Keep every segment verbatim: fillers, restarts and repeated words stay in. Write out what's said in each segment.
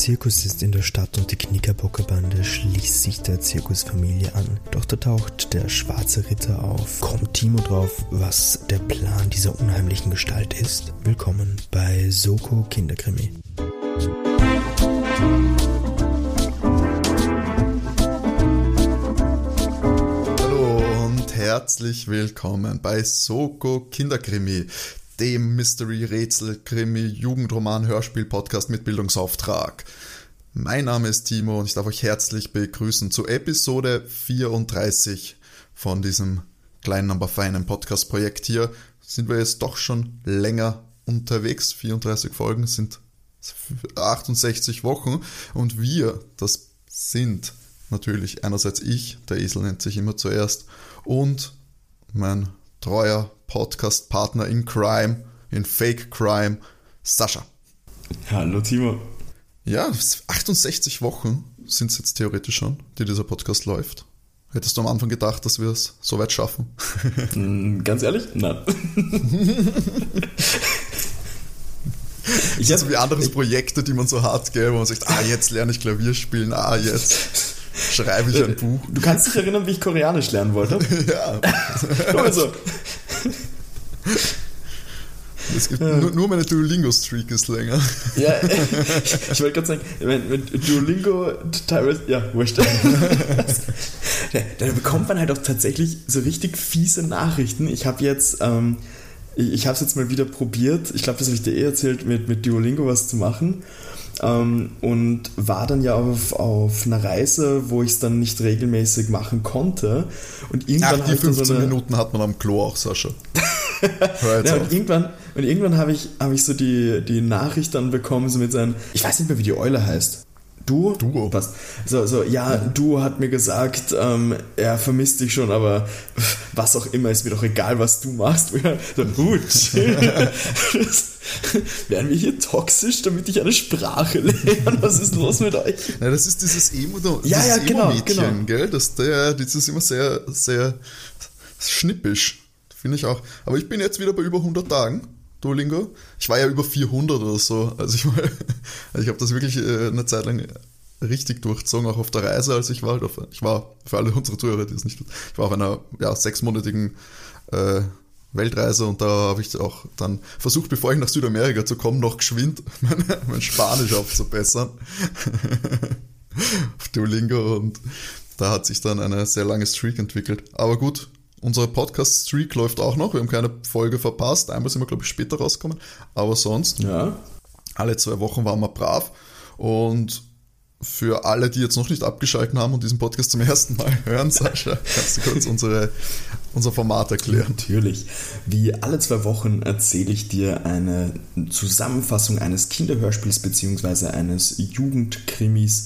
Zirkus ist in der Stadt und die Knickerbockerbande schließt sich der Zirkusfamilie an. Doch da taucht der schwarze Ritter auf. Kommt Timo drauf, was der Plan dieser unheimlichen Gestalt ist? Willkommen bei Soko Kinderkrimi. Hallo und herzlich willkommen bei Soko Kinderkrimi, dem Mystery-Rätsel-Krimi-Jugendroman-Hörspiel-Podcast mit Bildungsauftrag. Mein Name ist Timo und ich darf euch herzlich begrüßen zu Episode vierunddreißig von diesem kleinen, aber feinen Podcast-Projekt hier. Sind wir jetzt doch schon länger unterwegs, vierunddreißig Folgen sind achtundsechzig Wochen und wir, das sind natürlich einerseits ich, der Esel nennt sich immer zuerst, und mein treuer Podcast-Partner in Crime, in Fake Crime, Sascha. Hallo Timo. Ja, achtundsechzig Wochen sind es jetzt theoretisch schon, die dieser Podcast läuft. Hättest du am Anfang gedacht, dass wir es so weit schaffen? Ganz ehrlich? Nein. Ich habe so wie andere ich, Projekte, die man so hat, gell, wo man sagt, ah, jetzt lerne ich Klavier spielen, ah, jetzt schreibe ich ein Buch. Du kannst dich erinnern, wie ich Koreanisch lernen wollte? Ja. Also. Es gibt, ja. nur, nur meine Duolingo-Streak ist länger. Ja, ich, ich wollte gerade sagen, wenn, wenn Duolingo teilweise, ja, wurscht. Da, da bekommt man halt auch tatsächlich so richtig fiese Nachrichten. Ich habe jetzt, ähm, ich, ich habe es jetzt mal wieder probiert, ich glaube, das habe ich dir eh erzählt, mit, mit Duolingo was zu machen. Um, und war dann ja auf, auf einer Reise, wo ich es dann nicht regelmäßig machen konnte. Und irgendwann Ach, die fünfzehn so eine... Minuten hat man am Klo auch, Sascha. ja, und irgendwann, und irgendwann habe ich, hab ich so die, die Nachricht dann bekommen, so mit seinem, ich weiß nicht mehr, wie die Eule heißt. Duo? Duo. Was? So, so, ja, ja, Duo hat mir gesagt, ähm, er vermisst dich schon, aber was auch immer, ist mir doch egal, was du machst. So, gut. Werden wir hier toxisch, damit ich eine Sprache lerne? Was ist los mit euch? Ja, das ist dieses Emo, ja, dieses ja, genau, Emo-Mädchen, genau. Gell? Das, der, das ist immer sehr, sehr schnippisch, finde ich auch. Aber ich bin jetzt wieder bei über hundert Tagen. Duolingo. Ich war ja über vierhundert oder so. Also ich, also ich habe das wirklich eine Zeit lang richtig durchgezogen, auch auf der Reise, als ich war. Ich war, für alle unsere Zuhörer, die es nicht wissen, ich war auf einer ja, sechsmonatigen äh, Weltreise und da habe ich auch dann versucht, bevor ich nach Südamerika zu kommen, noch geschwind mein, mein Spanisch aufzubessern. Auf Duolingo, und da hat sich dann eine sehr lange Streak entwickelt. Aber gut, unsere Podcast-Streak läuft auch noch. Wir haben keine Folge verpasst. Einmal sind wir, glaube ich, später rausgekommen. Aber sonst, ja. Alle zwei Wochen waren wir brav. Und für alle, die jetzt noch nicht abgeschaltet haben und diesen Podcast zum ersten Mal hören, Sascha, kannst du kurz unsere, unser Format erklären? Natürlich. Wie alle zwei Wochen erzähle ich dir eine Zusammenfassung eines Kinderhörspiels bzw. eines Jugendkrimis.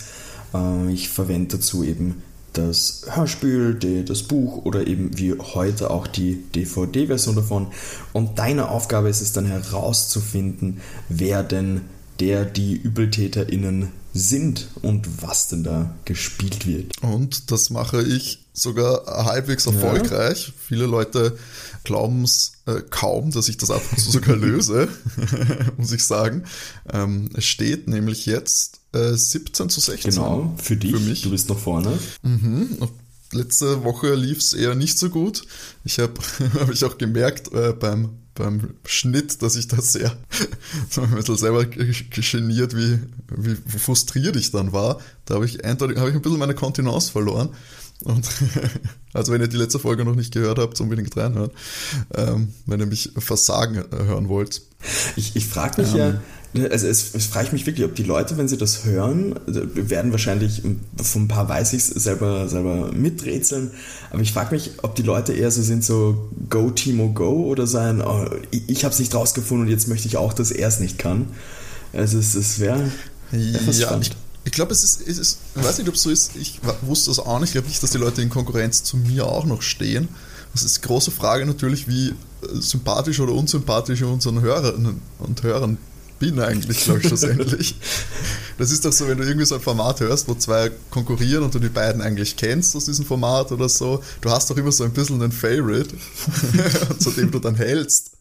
Ich verwende dazu eben das Hörspiel, die, das Buch oder eben wie heute auch die D V D-Version davon. Und deine Aufgabe ist es dann herauszufinden, wer denn der, die ÜbeltäterInnen sind und was denn da gespielt wird. Und das mache ich sogar halbwegs erfolgreich. Ja. Viele Leute glauben es äh, kaum, dass ich das ab und zu sogar löse, muss ich sagen. Ähm, es steht nämlich jetzt äh, siebzehn zu sechzehn. Genau, für dich. Für mich. Du bist noch vorne. Mhm. Letzte Woche lief es eher nicht so gut. Ich habe hab ich auch gemerkt äh, beim, beim Schnitt, dass ich da sehr so ein bisschen selber geniert, wie, wie frustriert ich dann war. Da habe ich eindeutig hab ich ein bisschen meine Kontinenz verloren. Und also wenn ihr die letzte Folge noch nicht gehört habt, unbedingt reinhören, ähm, wenn ihr mich versagen hören wollt. Ich, ich frage mich ähm, ja, also es, es frage ich mich wirklich, ob die Leute, wenn sie das hören, werden wahrscheinlich, von ein paar weiß ich es, selber, selber miträtseln, aber ich frage mich, ob die Leute eher so sind, so go Timo go, oder sein, oh, ich, ich habe es nicht rausgefunden und jetzt möchte ich auch, dass er es nicht kann. Also es, es wäre wär ja, spannend. Ich, Ich glaube, es ist, es ist, ich weiß nicht, ob es so ist, ich wusste das auch nicht, ich glaube nicht, dass die Leute in Konkurrenz zu mir auch noch stehen. Das ist die große Frage natürlich, wie sympathisch oder unsympathisch ich unseren Hörern und Hörern bin eigentlich, glaube ich, schlussendlich. Das ist doch so, wenn du irgendwie so ein Format hörst, wo zwei konkurrieren und du die beiden eigentlich kennst aus diesem Format oder so, du hast doch immer so ein bisschen einen Favorite, zu dem du dann hältst.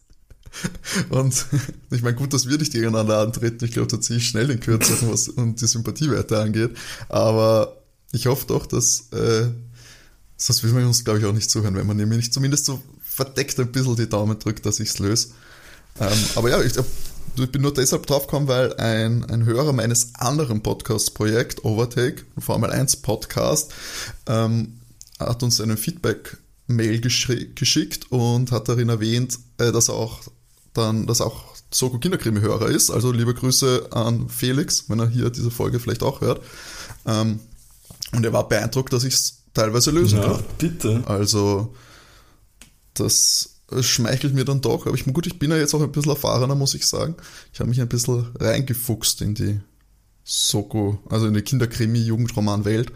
Und ich meine, gut, dass wir nicht gegeneinander antreten. Ich glaube, da ziehe ich schnell den Kürzeren, was und die Sympathiewerte angeht. Aber ich hoffe doch, dass, äh, sonst will man uns, glaube ich, auch nicht zuhören, wenn man mir nicht zumindest so verdeckt ein bisschen die Daumen drückt, dass ich es löse. Ähm, aber ja, ich, ich bin nur deshalb draufgekommen, weil ein, ein Hörer meines anderen Podcast-Projekt, Overtake, Formel eins Podcast, ähm, hat uns einen Feedback-Mail geschri- geschickt und hat darin erwähnt, äh, dass er auch dann, dass auch Soko Kinderkrimi-Hörer ist. Also liebe Grüße an Felix, wenn er hier diese Folge vielleicht auch hört. Ähm, und er war beeindruckt, dass ich es teilweise lösen ja, kann. Bitte. Also das schmeichelt mir dann doch. Aber ich, gut, ich bin ja jetzt auch ein bisschen erfahrener, muss ich sagen. Ich habe mich ein bisschen reingefuchst in die Soko, also in die Kinderkrimi-Jugendroman-Welt.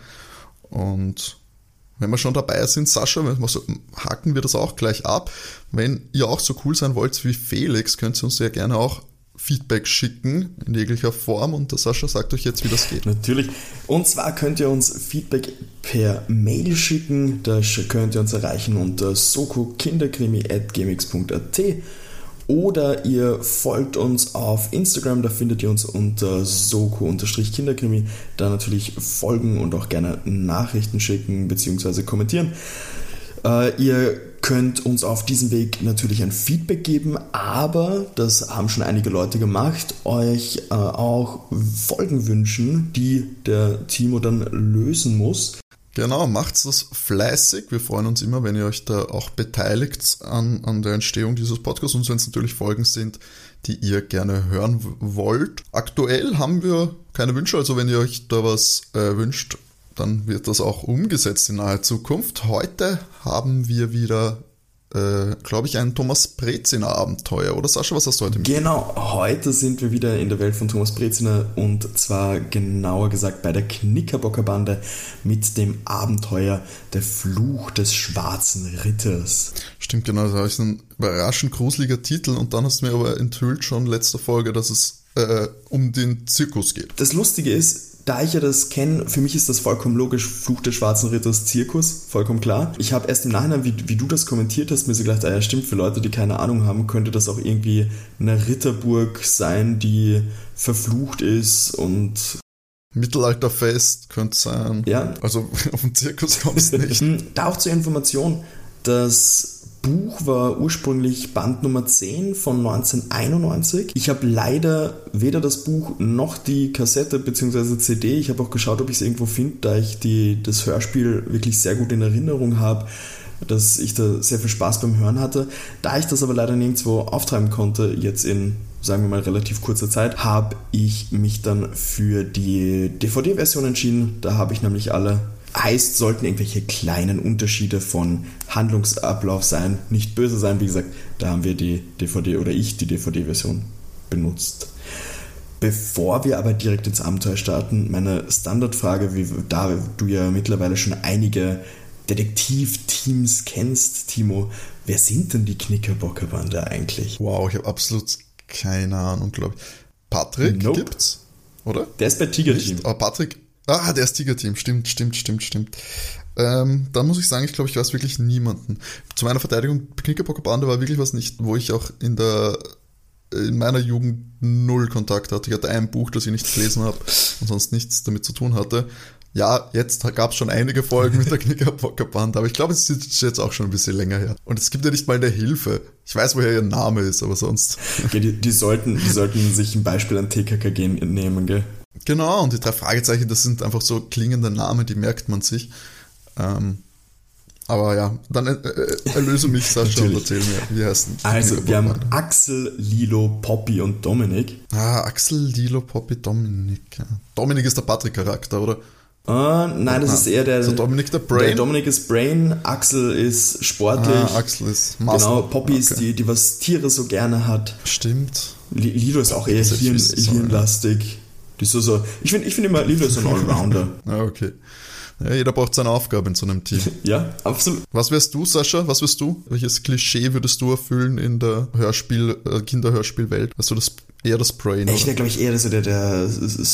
Und wenn wir schon dabei sind, Sascha, haken wir das auch gleich ab. Wenn ihr auch so cool sein wollt wie Felix, könnt ihr uns ja gerne auch Feedback schicken in jeglicher Form und der Sascha sagt euch jetzt, wie das geht. Natürlich. Und zwar könnt ihr uns Feedback per Mail schicken. Da könnt ihr uns erreichen unter sokokinderkrimi at gmx punkt at oder ihr folgt uns auf Instagram, da findet ihr uns unter soko-kinderkrimi. Da natürlich folgen und auch gerne Nachrichten schicken bzw. kommentieren. Äh, ihr könnt uns auf diesem Weg natürlich ein Feedback geben, aber, das haben schon einige Leute gemacht, euch äh, auch Folgen wünschen, die der Timo dann lösen muss. Genau, macht's das fleißig. Wir freuen uns immer, wenn ihr euch da auch beteiligt an, an der Entstehung dieses Podcasts und wenn es natürlich Folgen sind, die ihr gerne hören w- wollt. Aktuell haben wir keine Wünsche, also wenn ihr euch da was äh, wünscht, dann wird das auch umgesetzt in naher Zukunft. Heute haben wir wieder, äh, glaube ich, ein Thomas Breziner Abenteuer. Oder Sascha, was hast du heute mit? Genau, heute sind wir wieder in der Welt von Thomas Breziner und zwar genauer gesagt bei der Knickerbocker Bande mit dem Abenteuer Der Fluch des Schwarzen Ritters. Stimmt, genau, da ist ein überraschend gruseliger Titel und dann hast du mir aber enthüllt schon in letzter Folge, dass es äh, um den Zirkus geht. Das Lustige ist, da ich ja das kenne, für mich ist das vollkommen logisch, Fluch des Schwarzen Ritters, Zirkus, vollkommen klar. Ich habe erst im Nachhinein, wie, wie du das kommentiert hast, mir so gedacht, ah ja stimmt, für Leute, die keine Ahnung haben, könnte das auch irgendwie eine Ritterburg sein, die verflucht ist und... Mittelalterfest könnte sein. Ja. Also auf den Zirkus kommst du nicht. Da auch zur Information, das Buch war ursprünglich Band Nummer zehn von neunzehnhunderteinundneunzig. Ich habe leider weder das Buch noch die Kassette bzw. C D. Ich habe auch geschaut, ob ich es irgendwo finde, da ich die, das Hörspiel wirklich sehr gut in Erinnerung habe, dass ich da sehr viel Spaß beim Hören hatte. Da ich das aber leider nirgendwo auftreiben konnte, jetzt in, sagen wir mal, relativ kurzer Zeit, habe ich mich dann für die D V D-Version entschieden. Da habe ich nämlich alle... Heißt, sollten irgendwelche kleinen Unterschiede von Handlungsablauf sein, nicht böse sein, wie gesagt, da haben wir die D V D oder ich die D V D-Version benutzt. Bevor wir aber direkt ins Abenteuer starten, meine Standardfrage, wie da du ja mittlerweile schon einige Detektivteams kennst, Timo, wer sind denn die Knickerbocker Bande eigentlich? Wow, ich habe absolut keine Ahnung, glaube ich. Patrick Nope. gibt's, oder? Der ist bei Tiger Team. Nicht? Aber Patrick... Ah, der ist Tiger-Team, stimmt, stimmt, stimmt, stimmt. Ähm, dann muss ich sagen, ich glaube, ich weiß wirklich niemanden. Zu meiner Verteidigung, Knickerbocker Bande war wirklich was nicht, wo ich auch in der in meiner Jugend null Kontakt hatte. Ich hatte ein Buch, das ich nicht gelesen habe und sonst nichts damit zu tun hatte. Ja, jetzt gab es schon einige Folgen mit der Knickerbocker Bande, aber ich glaube, es ist jetzt auch schon ein bisschen länger her. Und es gibt ja nicht mal eine Hilfe. Ich weiß, woher ihr Name ist, aber sonst... Okay, die, die, sollten, die sollten sich ein Beispiel an T K K G nehmen, gell? Genau, und die drei Fragezeichen, das sind einfach so klingende Namen, die merkt man sich. Ähm, aber ja, dann äh, erlöse mich, Sascha, und erzähl mir, wie heißt denn? Also, wir haben Axel, Lilo, Poppy und Dominik. Ah, Axel, Lilo, Poppy, Dominik. Ja. Dominik ist der Patrick-Charakter, oder? Uh, nein, das ah, ist eher der... So Dominik der Brain? Der Dominik ist Brain, Axel ist sportlich. Ah, Axel ist Muscle. Genau, Poppy okay. ist die, die was Tiere so gerne hat. Stimmt. Lilo ist auch eher hirn, hirnlastig. Die ist so, so, ich finde ich find immer, Lilo ist so ein Allrounder. Ah, okay. Ja, jeder braucht seine Aufgabe in so einem Team. Ja, absolut. Was wärst du, Sascha? Was wärst du? Welches Klischee würdest du erfüllen in der Hörspiel, äh, Kinderhörspielwelt? Wärst du das, eher das Brain? Ich wäre, glaube ich, eher so der, der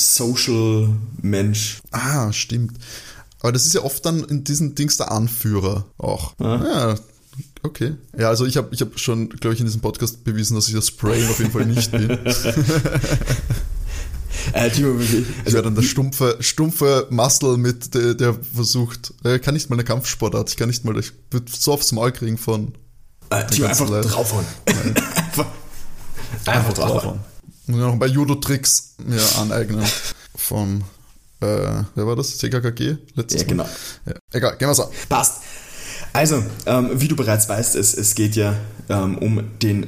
Social-Mensch. Ah, stimmt. Aber das ist ja oft dann in diesen Dings der Anführer auch. Ah. Ja, Okay. Ja, also ich habe ich hab schon, glaube ich, in diesem Podcast bewiesen, dass ich das Sprayen auf jeden Fall nicht bin. äh, Timo, also, ich wäre dann der stumpfe, stumpfe Muscle mit, der, der versucht, er kann nicht mal eine Kampfsportart, ich kann nicht mal, ich würde so aufs Maul kriegen von... Äh, Timo, einfach Leid. draufhauen. einfach, einfach draufhauen. Und noch bei Judo-Tricks mir aneignen vom... Äh, wer war das? T K K G? Letztes ja, genau. Ja, egal, gehen wir's an. Passt. Also, ähm, wie du bereits weißt, es, es geht ja ähm, um den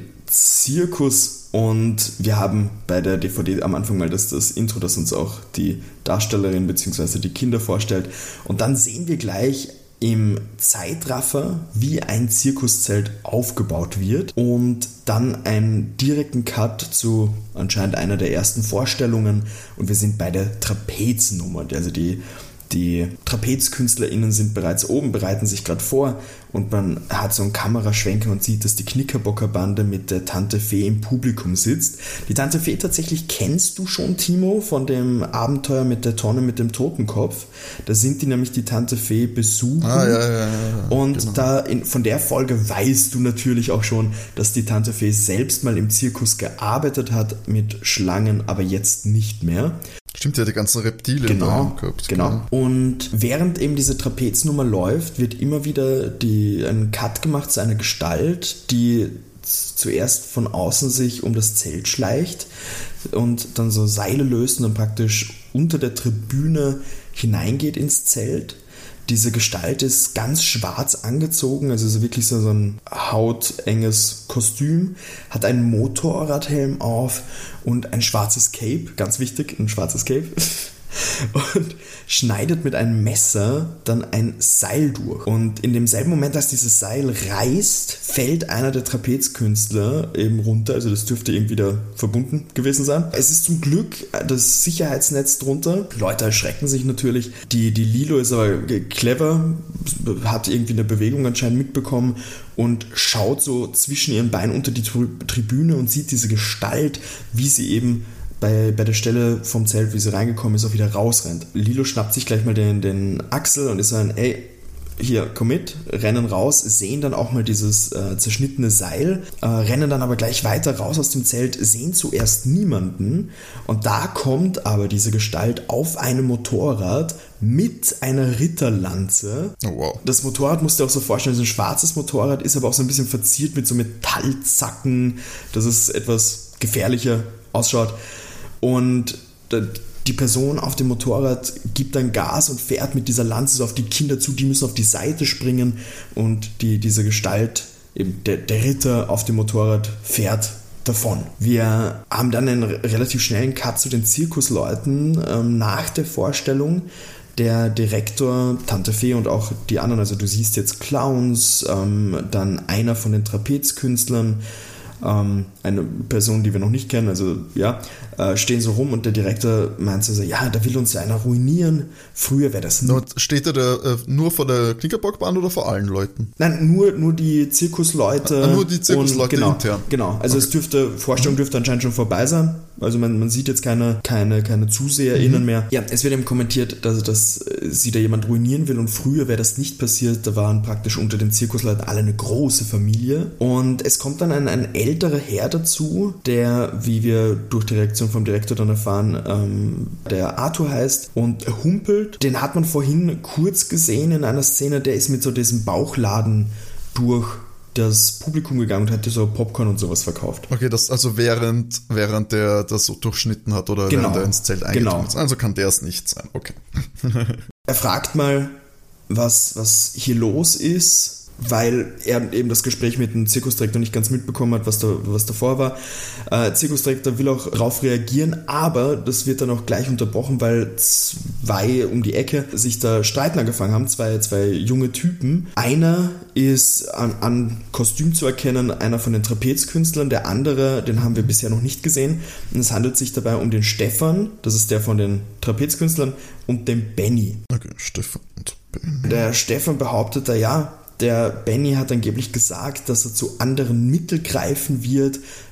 Zirkus und wir haben bei der D V D am Anfang mal das, das Intro, das uns auch die Darstellerin bzw. die Kinder vorstellt. Und dann sehen wir gleich im Zeitraffer, wie ein Zirkuszelt aufgebaut wird und dann einen direkten Cut zu anscheinend einer der ersten Vorstellungen und wir sind bei der Trapeznummer, also die Die TrapezkünstlerInnen sind bereits oben, bereiten sich gerade vor und man hat so einen Kameraschwenker und sieht, dass die Knickerbocker-Bande mit der Tante Fee im Publikum sitzt. Die Tante Fee tatsächlich kennst du schon, Timo, von dem Abenteuer mit der Tonne mit dem Totenkopf. Da sind die nämlich die Tante Fee besuchen. Ah, ja, ja, ja, ja, und genau. da in, von der Folge weißt du natürlich auch schon, dass die Tante Fee selbst mal im Zirkus gearbeitet hat mit Schlangen, aber jetzt nicht mehr. Stimmt, ja, die ganzen Reptilien genau, gehabt. Genau. Und während eben diese Trapeznummer läuft, wird immer wieder die, ein Cut gemacht zu einer Gestalt, die zuerst von außen sich um das Zelt schleicht und dann so Seile löst und dann praktisch unter der Tribüne hineingeht ins Zelt. Diese Gestalt ist ganz schwarz angezogen, also so wirklich so ein hautenges Kostüm, hat einen Motorradhelm auf und ein schwarzes Cape, ganz wichtig, ein schwarzes Cape, und schneidet mit einem Messer dann ein Seil durch. Und in demselben Moment, als dieses Seil reißt, fällt einer der Trapezkünstler eben runter, also das dürfte irgendwie da verbunden gewesen sein. Es ist zum Glück das Sicherheitsnetz drunter. Die Leute erschrecken sich natürlich. Die, die Lilo ist aber clever, hat irgendwie eine Bewegung anscheinend mitbekommen und schaut so zwischen ihren Beinen unter die Tribüne und sieht diese Gestalt, wie sie eben Bei, bei der Stelle vom Zelt, wie sie reingekommen ist, auch wieder rausrennt. Lilo schnappt sich gleich mal den, den Axel und ist dann, ey, hier, komm mit, rennen raus, sehen dann auch mal dieses äh, zerschnittene Seil, äh, rennen dann aber gleich weiter raus aus dem Zelt, sehen zuerst niemanden und da kommt aber diese Gestalt auf einem Motorrad mit einer Ritterlanze. Oh, wow. Das Motorrad musst du dir auch so vorstellen, ist ein schwarzes Motorrad, ist aber auch so ein bisschen verziert mit so Metallzacken, dass es etwas gefährlicher ausschaut. Und die Person auf dem Motorrad gibt dann Gas und fährt mit dieser Lanze so auf die Kinder zu, die müssen auf die Seite springen und die, diese Gestalt, eben der, der Ritter auf dem Motorrad, fährt davon. Wir haben dann einen relativ schnellen Cut zu den Zirkusleuten ähm, nach der Vorstellung. Der Direktor, Tante Fee und auch die anderen, also du siehst jetzt Clowns, ähm, dann einer von den Trapezkünstlern, Ähm, eine Person, die wir noch nicht kennen, also ja, äh, stehen so rum und der Direktor meint so, ja, da will uns ja einer ruinieren. Früher wäre das nicht. Steht er da äh, nur vor der Knickerbockbahn oder vor allen Leuten? Nein, nur, nur die Zirkusleute. Ah, nur die Zirkusleute genau, intern. Genau, also okay. Es dürfte, Vorstellung dürfte anscheinend schon vorbei sein. Also man, man sieht jetzt keine, keine, keine ZuseherInnen mhm. mehr. Ja, es wird eben kommentiert, dass, dass sie da jemand ruinieren will und früher wäre das nicht passiert. Da waren praktisch unter den Zirkusleuten alle eine große Familie und es kommt dann ein, ein älterer Herr dazu, der, wie wir durch die Reaktion vom Direktor dann erfahren, ähm, der Arthur heißt und humpelt. Den hat man vorhin kurz gesehen in einer Szene, der ist mit so diesem Bauchladen durch das Publikum gegangen und hat so Popcorn und sowas verkauft. Okay, das also während, während der das so durchschnitten hat oder genau. während er ins Zelt eingezogen genau. ist. Also kann der es nicht sein. Okay. Er fragt mal, was, was hier los ist, weil er eben das Gespräch mit dem Zirkusdirektor nicht ganz mitbekommen hat, was da was davor war. Äh, Zirkusdirektor will auch darauf reagieren, aber das wird dann auch gleich unterbrochen, weil zwei um die Ecke sich da Streiten angefangen haben, zwei, zwei junge Typen. Einer ist an, an Kostüm zu erkennen, einer von den Trapezkünstlern, der andere, den haben wir bisher noch nicht gesehen. Und es handelt sich dabei um den Stefan, das ist der von den Trapezkünstlern, und den Benny. Okay, Stefan und Benny. Der Stefan behauptet da, ja, der Benny hat angeblich gesagt, dass er zu anderen Mitteln greifen wird,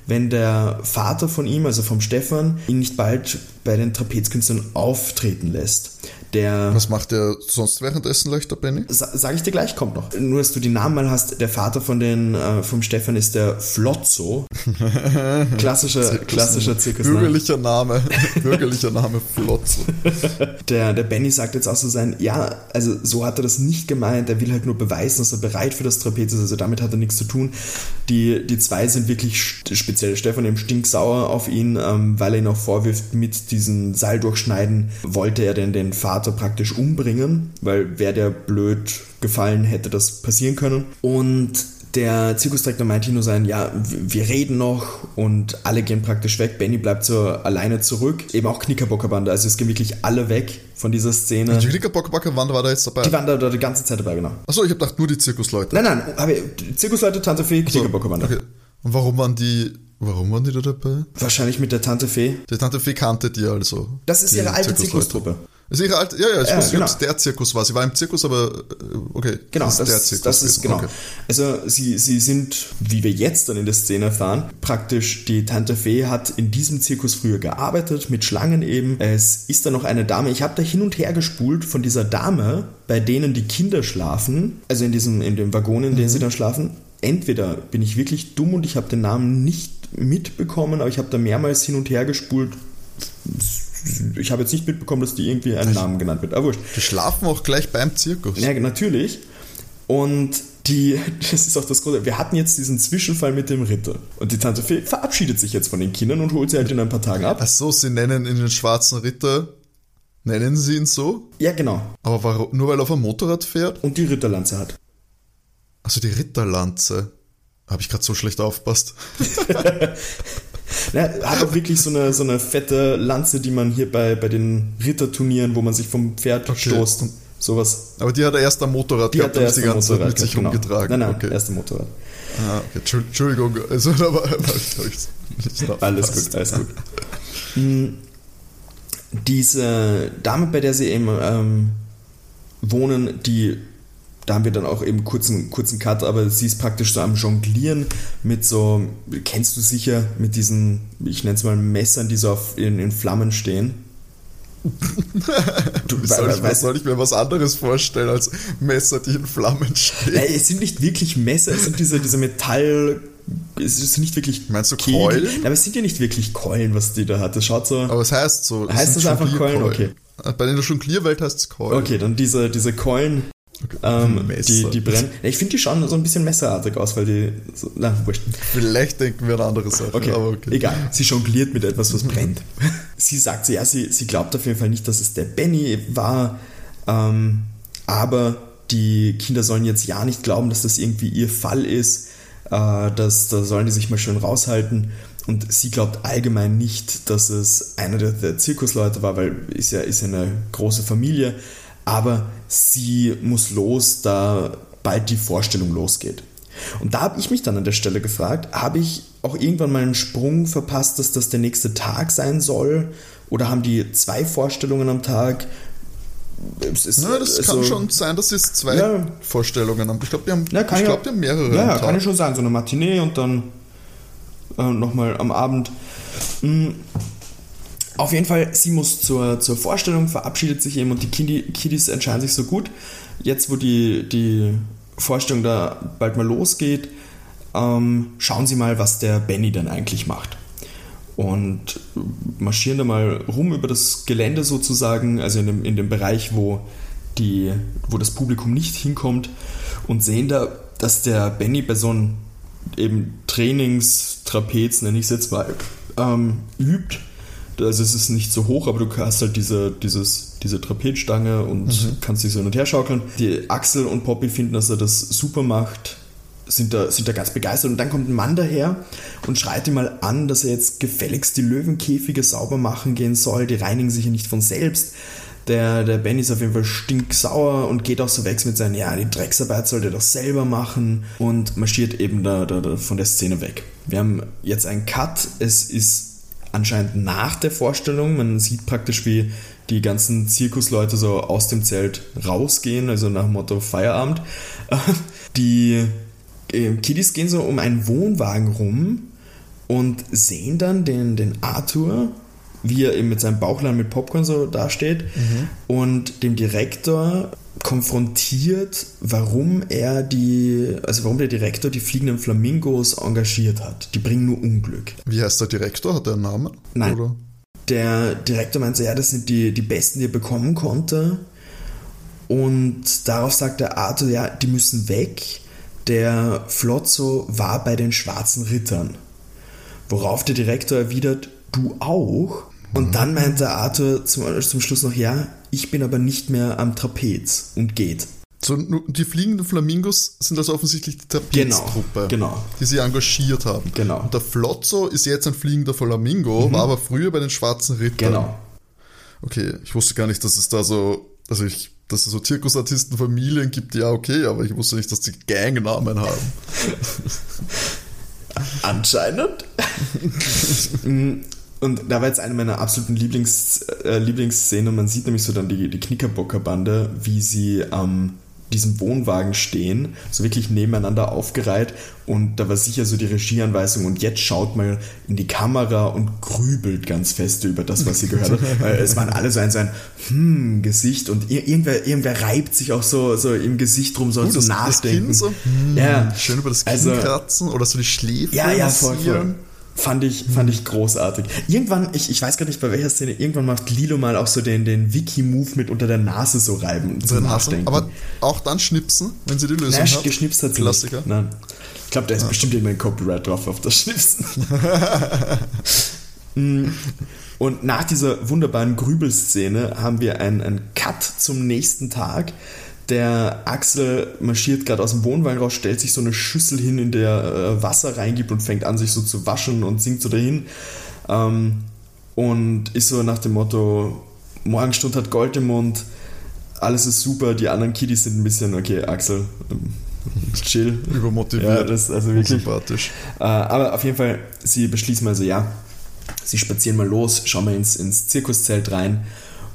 wenn der Vater von ihm, also vom Stefan, ihn nicht bald bei den Trapezkünstlern auftreten lässt. Der, Was macht der sonst währenddessen leicht, der Benny? sa- sag ich dir gleich, kommt noch. Nur, dass du die Namen mal hast, der Vater von den, äh, vom Stefan ist der Flotzo. Klassischer, klassischer Zirkusname. Bürgerlicher Name. Bürgerlicher Name Flotzo. Der, der Benny sagt jetzt auch so sein, ja, also so hat er das nicht gemeint, er will halt nur beweisen, dass er bereit für das Trapez ist, also damit hat er nichts zu tun. Die, die zwei sind wirklich, speziell Stefan, eben stinksauer auf ihn, ähm, weil er ihn auch vorwirft, mit diesem Seil durchschneiden wollte er denn den Vater praktisch umbringen, weil wäre der blöd gefallen, hätte das passieren können. Und der Zirkusdirektor meinte nur sein, ja, wir reden noch und alle gehen praktisch weg. Benny bleibt so alleine zurück. Eben auch Knickerbockerbande, also es gehen wirklich alle weg von dieser Szene. Die Knickerbockerbande war da jetzt dabei? Die waren da, da die ganze Zeit dabei, genau. Achso, ich hab gedacht, nur die Zirkusleute. Nein, nein, aber Zirkusleute, Tante Fee, Knickerbockerbande. Okay. Und warum waren die, warum waren die da dabei? Wahrscheinlich mit der Tante Fee. Die Tante Fee kannte die also. Das ist die ihre alte Zirkusleute. Zirkustruppe. Das ist ihre alte, ja, ja, ich Ja, wusste nicht, genau. ob es der Zirkus war. Sie war im Zirkus, aber äh, okay. Genau, das das, ist der das, Zirkus. das ist genau. Okay. Also sie, sie sind, wie wir jetzt dann in der Szene erfahren, praktisch die Tante Fee hat in diesem Zirkus früher gearbeitet, mit Schlangen eben. Es ist da noch eine Dame, ich habe da hin und her gespult von dieser Dame, bei denen die Kinder schlafen, also in diesem, in dem Waggon, in dem mhm. sie dann schlafen. Entweder bin ich wirklich dumm und ich habe den Namen nicht mitbekommen, aber ich habe da mehrmals hin und her gespult. Ich habe jetzt nicht mitbekommen, dass die irgendwie einen Namen genannt wird. Aber wurscht. Die schlafen auch gleich beim Zirkus. Ja, natürlich. Und die, das ist auch das Große. Wir hatten jetzt diesen Zwischenfall mit dem Ritter. Und die Tante Fee verabschiedet sich jetzt von den Kindern und holt sie halt in ein paar Tagen ab. Ach so, sie nennen ihn den schwarzen Ritter. Nennen sie ihn so? Ja, genau. Aber warum, nur weil er auf einem Motorrad fährt? Und die Ritterlanze hat. Also die Ritterlanze. Habe ich gerade so schlecht aufgepasst. Ja, hat auch wirklich so eine, so eine fette Lanze, die man hier bei, bei den Ritterturnieren, wo man sich vom Pferd Okay. stoßt. Sowas. Aber die hat er erst am Motorrad Die gehabt hat er und erst die am ganze Zeit Motorrad mit sich gehabt, genau. rumgetragen. Nein, nein, okay. erst am Motorrad. Ah, okay. Entschuldigung. Also, aber, aber ich nicht Alles aufgepasst. gut, alles gut. Hm, Diese Dame, bei der sie eben ähm, wohnen, die, da haben wir dann auch eben kurzen, kurzen Cut, aber sie ist praktisch so am Jonglieren mit so, kennst du sicher, mit diesen, ich nenne es mal Messern, die so auf, in, in Flammen stehen. Du, Wie soll, we- ich, weißt- soll ich mir was anderes vorstellen als Messer, die in Flammen stehen? Nein, es sind nicht wirklich Messer, es sind diese, diese Metall... Es ist nicht wirklich... Meinst du Kegel. Keulen? Nein, aber es sind ja nicht wirklich Keulen, was die da hat. Das schaut so... Aber es heißt so. Heißt sind das einfach Jonglierkeulen. Keulen? Okay. Bei der Jonglierwelt heißt es Keulen. Okay, dann diese, diese Keulen, Okay. ähm, Messer. die, die brennen. Ja, ich finde, die schauen so ein bisschen messerartig aus, weil die... So, na, wurscht. Vielleicht denken wir an andere Sachen. Okay, aber okay. egal. Sie jongliert mit etwas, was brennt. Sie sagt so, ja, sie, sie glaubt auf jeden Fall nicht, dass es der Benny war, ähm, aber die Kinder sollen jetzt ja nicht glauben, dass das irgendwie ihr Fall ist. Äh, das, da sollen die sich mal schön raushalten. Und sie glaubt allgemein nicht, dass es einer der, der Zirkusleute war, weil ist ja, ist ja eine große Familie. Aber sie muss los, da bald die Vorstellung losgeht. Und da habe ich mich dann an der Stelle gefragt, habe ich auch irgendwann mal einen Sprung verpasst, dass das der nächste Tag sein soll? Oder haben die zwei Vorstellungen am Tag? Es ist, Ja, das also, kann schon sein, dass es zwei Ja. Vorstellungen haben. Ich glaube, die haben, Ja, kann ich ja- glaub, die haben mehrere. Ja, am ja, Tag. kann ja schon sein. So eine Matinee und dann äh, nochmal am Abend. Mhm. Auf jeden Fall, sie muss zur, zur Vorstellung, verabschiedet sich eben und die Kiddi, Kiddies entscheiden sich so gut. Jetzt, wo die, die Vorstellung da bald mal losgeht, ähm, schauen sie mal, was der Benny denn eigentlich macht. Und marschieren da mal rum über das Gelände sozusagen, also in dem, in dem Bereich, wo, die, wo das Publikum nicht hinkommt und sehen da, dass der Benny bei so einem eben Trainingstrapez, nenne ich es jetzt mal, ähm, übt. Also es ist nicht so hoch, aber du hast halt diese, dieses, diese Trapezstange und mhm. kannst dich so hin und her schaukeln. Die Axel und Poppy finden, dass er das super macht, sind da, sind da ganz begeistert. Und dann kommt ein Mann daher und schreit ihm mal an, dass er jetzt gefälligst die Löwenkäfige sauber machen gehen soll. Die reinigen sich ja nicht von selbst. Der, der Benny ist auf jeden Fall stinksauer und geht auch so weg mit seinen, ja, die Drecksarbeit soll der doch selber machen und marschiert eben da, da, da von der Szene weg. Wir haben jetzt einen Cut. Es ist anscheinend nach der Vorstellung. Man sieht praktisch, wie die ganzen Zirkusleute so aus dem Zelt rausgehen, also nach dem Motto Feierabend. Die Kiddies gehen so um einen Wohnwagen rum und sehen dann den, den Arthur, wie er eben mit seinem Bauchladen mit Popcorn so dasteht mhm. und dem Direktor konfrontiert, warum er die, also warum der Direktor die fliegenden Flamingos engagiert hat. Die bringen nur Unglück. Wie heißt der Direktor? Hat der einen Namen? Nein. Oder? Der Direktor meint so, ja, das sind die, die besten, die er bekommen konnte. Und darauf sagt der Arthur, ja, die müssen weg. Der Flozzo war bei den Schwarzen Rittern. Worauf der Direktor erwidert, du auch? Und dann meint der Arthur zum, zum Schluss noch, ja, ich bin aber nicht mehr am Trapez und geht. So, die fliegenden Flamingos sind also offensichtlich die Trapeztruppe, genau, genau. die sie engagiert haben. Genau. Und der Flozzo ist jetzt ein fliegender Flamingo, mhm. war aber früher bei den Schwarzen Rittern. Genau. Okay, ich wusste gar nicht, dass es da so, also ich, dass es so Zirkusartisten-Familien gibt, ja okay, aber ich wusste nicht, dass die Gangnamen haben. Anscheinend. Und da war jetzt eine meiner absoluten Lieblings, äh, Lieblingsszenen. Man sieht nämlich so dann die, die Knickerbocker-Bande, wie sie am ähm, diesem Wohnwagen stehen, so wirklich nebeneinander aufgereiht. Und da war sicher so die Regieanweisung. Und jetzt schaut mal in die Kamera und grübelt ganz fest über das, was sie gehört hat. Weil es waren alle so ein, so ein hm, Gesicht. Und ir- irgendwer, irgendwer reibt sich auch so, so im Gesicht rum, so uh, zum das, Nachdenken. Das Kinn so, hm, ja. Schön über das Kinn also, kratzen oder so die Schläfe Ja, ja, voll, massieren. voll. Fand ich, fand ich großartig. Irgendwann, ich, ich weiß gar nicht bei welcher Szene, irgendwann macht Lilo mal auch so den, den Wiki-Move mit unter der Nase so reiben und so nachdenken. Aber auch dann schnipsen, wenn sie die Lösung Naja, hat. geschnipst hat sie Klassiker. Nicht. Nein. Ich glaube, da ist ja. bestimmt irgendein Copyright drauf auf das Schnipsen. Und nach dieser wunderbaren Grübelszene haben wir einen, einen Cut zum nächsten Tag. Der Axel marschiert gerade aus dem Wohnwagen raus, stellt sich so eine Schüssel hin, in der äh, Wasser reingibt und fängt an, sich so zu waschen und singt so dahin. Ähm, und ist so nach dem Motto, Morgenstund hat Gold im Mund, alles ist super, die anderen Kiddies sind ein bisschen, okay, Axel, ähm, chill. Übermotiviert. Ja, das ist also wirklich sympathisch. Äh, aber auf jeden Fall, sie beschließen also, ja, sie spazieren mal los, schauen mal ins, ins Zirkuszelt rein.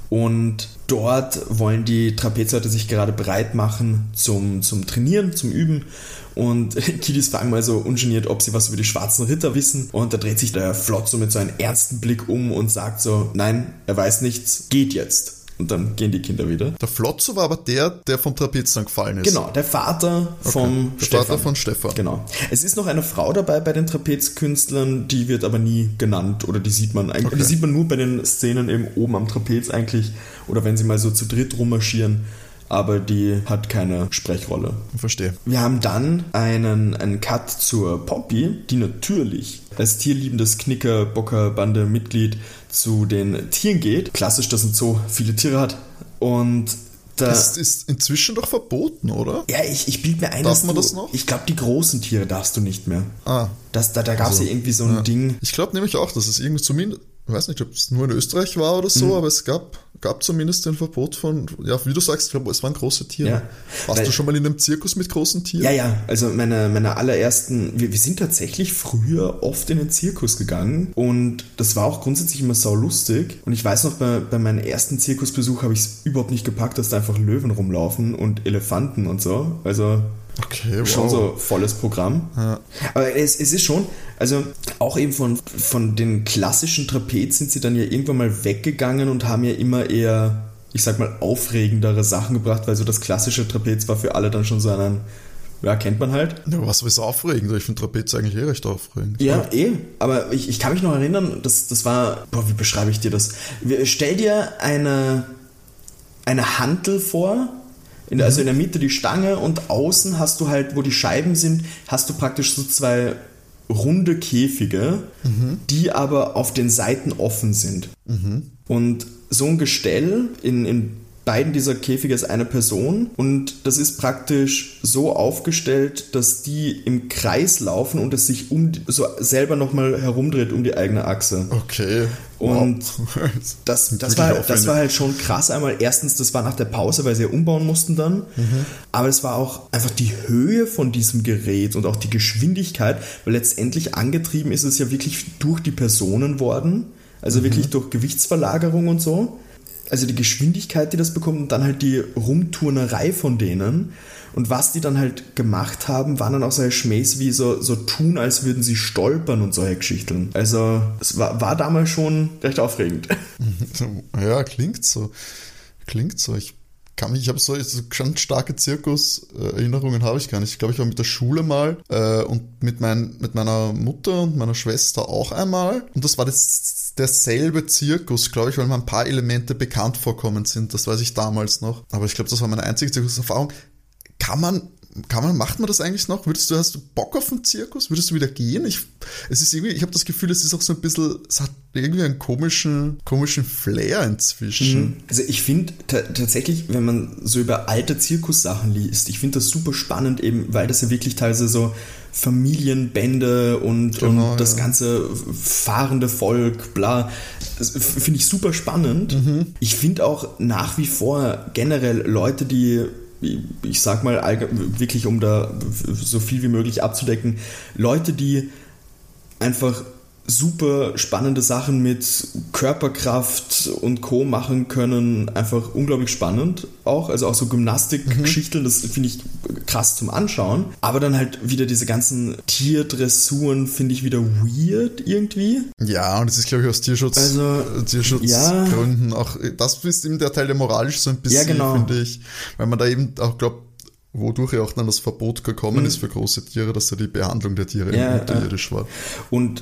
Und dort wollen die Trapezleute sich gerade bereit machen zum, zum Trainieren, zum Üben. Und Kiddies fragen mal so ungeniert, ob sie was über die Schwarzen Ritter wissen. Und da dreht sich der Flotzo mit so einem ernsten Blick um und sagt so, nein, er weiß nichts, geht jetzt. Und dann gehen die Kinder wieder. Der Flotzo war aber der, der vom Trapez dann gefallen ist. Genau, der Vater vom okay. Der Stefan. Vater von Stefan. Genau. Es ist noch eine Frau dabei bei den Trapezkünstlern, die wird aber nie genannt oder die sieht man eigentlich, okay. die sieht man nur bei den Szenen eben oben am Trapez eigentlich oder wenn sie mal so zu dritt rummarschieren, aber die hat keine Sprechrolle. Ich verstehe. Wir haben dann einen, einen Cut zur Poppy, die natürlich als tierliebendes Knickerbocker-Bande-Mitglied zu den Tieren geht. Klassisch, dass ein Zoo viele Tiere hat. Und da, das ist inzwischen doch verboten, oder? Ja, ich, ich bilde mir ein, Darf dass man du, das noch? Ich glaube, die großen Tiere darfst du nicht mehr. Ah. Das, da da gab es also, ja irgendwie so ein ja. Ding. Ich glaube nämlich auch, dass es irgendwie zumindest, ich weiß nicht, ob es nur in Österreich war oder so, mhm. aber es gab, gab zumindest ein Verbot von, ja, wie du sagst, ich glaube, es waren große Tiere. Ja. Warst Weil, du schon mal in einem Zirkus mit großen Tieren? Ja, ja, also meine, meine allerersten, wir, wir sind tatsächlich früher oft in den Zirkus gegangen und das war auch grundsätzlich immer saulustig und ich weiß noch, bei, bei meinem ersten Zirkusbesuch habe ich es überhaupt nicht gepackt, dass da einfach Löwen rumlaufen und Elefanten und so, also... Okay, wow. Schon so volles Programm. Ja. Aber es, es ist schon, also auch eben von, von den klassischen Trapez sind sie dann ja irgendwann mal weggegangen und haben ja immer eher, ich sag mal, aufregendere Sachen gebracht, weil so das klassische Trapez war für alle dann schon so einen, ja, kennt man halt. Ja, was ist aufregend? Ich finde Trapez eigentlich eh recht aufregend. Ja, oder? eh. Aber ich, ich kann mich noch erinnern, das, das war, boah, wie beschreibe ich dir das? Stell dir eine, eine Hantel vor, In der, also in der Mitte die Stange und außen hast du halt, wo die Scheiben sind, hast du praktisch so zwei runde Käfige, mhm. die aber auf den Seiten offen sind. Mhm. Und so ein Gestell in, in beiden dieser Käfige ist eine Person und das ist praktisch so aufgestellt, dass die im Kreis laufen und es sich um so selber nochmal herumdreht um die eigene Achse. Okay. Und wow. das, das, war, das war halt schon krass. Einmal erstens, das war nach der Pause, weil sie ja umbauen mussten dann. Mhm. Aber es war auch einfach die Höhe von diesem Gerät und auch die Geschwindigkeit, weil letztendlich angetrieben ist es ja wirklich durch die Personen worden. Also mhm. wirklich durch Gewichtsverlagerung und so. also die Geschwindigkeit, die das bekommt und dann halt die Rumturnerei von denen. Und was die dann halt gemacht haben, waren dann auch solche Schmähs wie so, so tun, als würden sie stolpern und solche Geschichten. Also es war, war damals schon recht aufregend. Ja, klingt so. Klingt so. Ich kann mich, ich habe so, so ganz starke Zirkus-Erinnerungen habe ich gar nicht. Ich glaube, ich war mit der Schule mal äh, und mit, mein, mit meiner Mutter und meiner Schwester auch einmal. Und das war das, derselbe Zirkus, glaube ich, weil mir ein paar Elemente bekannt vorkommen sind. Das weiß ich damals noch. Aber ich glaube, das war meine einzige Zirkuserfahrung. Kann man, kann man, macht man das eigentlich noch? Würdest du, hast du Bock auf einen Zirkus? Würdest du wieder gehen? Ich, es ist irgendwie, ich habe das Gefühl, es ist auch so ein bisschen, es hat irgendwie einen komischen, komischen Flair inzwischen. Also ich finde t- tatsächlich, wenn man so über alte Zirkussachen liest, ich finde das super spannend eben, weil das ja wirklich teilweise so Familienbände und, genau, und das ja. ganze fahrende Volk, bla, das finde ich super spannend. Mhm. Ich finde auch nach wie vor generell Leute, die ich sag mal wirklich, um da so viel wie möglich abzudecken, Leute, die einfach super spannende Sachen mit Körperkraft und Co. machen können, einfach unglaublich spannend auch, also auch so Gymnastikgeschichten, mhm. das finde ich krass zum Anschauen, aber dann halt wieder diese ganzen Tierdressuren finde ich wieder weird irgendwie. Ja, und das ist, glaube ich, aus Tierschutz, also, Tierschutzgründen ja. auch, das ist eben der Teil, der moralisch so ein bisschen, ja, genau. finde ich, weil man da eben auch, glaube wodurch ja auch dann das Verbot gekommen mhm. ist für große Tiere, dass da die Behandlung der Tiere ja, unterirdisch war. Und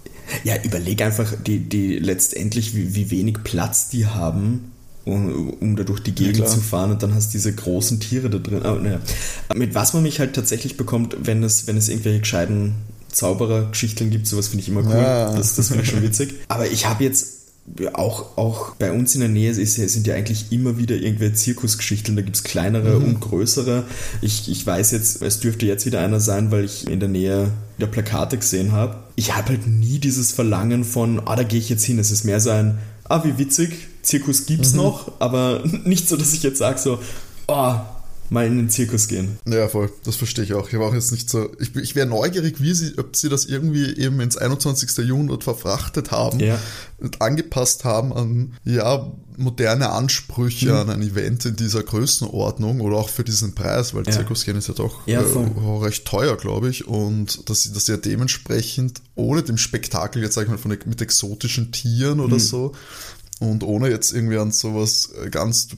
ja, überleg einfach, die, die letztendlich, wie, wie wenig Platz die haben, um, um da durch die Gegend ja, zu fahren und dann hast du diese großen Tiere da drin. Aber, naja. Mit was man mich halt tatsächlich bekommt, wenn es, wenn es irgendwelche gescheiten Zauberer-Geschichten gibt, sowas finde ich immer cool. Ja. Das, das finde ich schon witzig. Aber ich habe jetzt Auch, auch bei uns in der Nähe ist, sind ja eigentlich immer wieder irgendwelche Zirkusgeschichten, da gibt es kleinere mhm. und größere. Ich, ich weiß jetzt, es dürfte jetzt wieder einer sein, weil ich in der Nähe wieder Plakate gesehen habe. Ich habe halt nie dieses Verlangen von, ah, da gehe ich jetzt hin. Es ist mehr so ein, ah, wie witzig, Zirkus gibt's mhm. noch, aber nicht so, dass ich jetzt sage so, ah, oh, mal in den Zirkus gehen. Ja, voll, das verstehe ich auch. Ich habe auch jetzt nicht so, ich, ich wäre neugierig, wie sie, ob sie das irgendwie eben ins einundzwanzigsten Jahrhundert verfrachtet haben ja. und angepasst haben an, ja, moderne Ansprüche mhm. an ein Event in dieser Größenordnung oder auch für diesen Preis, weil ja. Zirkus gehen ist ja doch ja, äh, recht teuer, glaube ich, und dass sie das ja dementsprechend ohne dem Spektakel, jetzt sag ich mal, von, mit exotischen Tieren oder mhm. so und ohne jetzt irgendwie an sowas ganz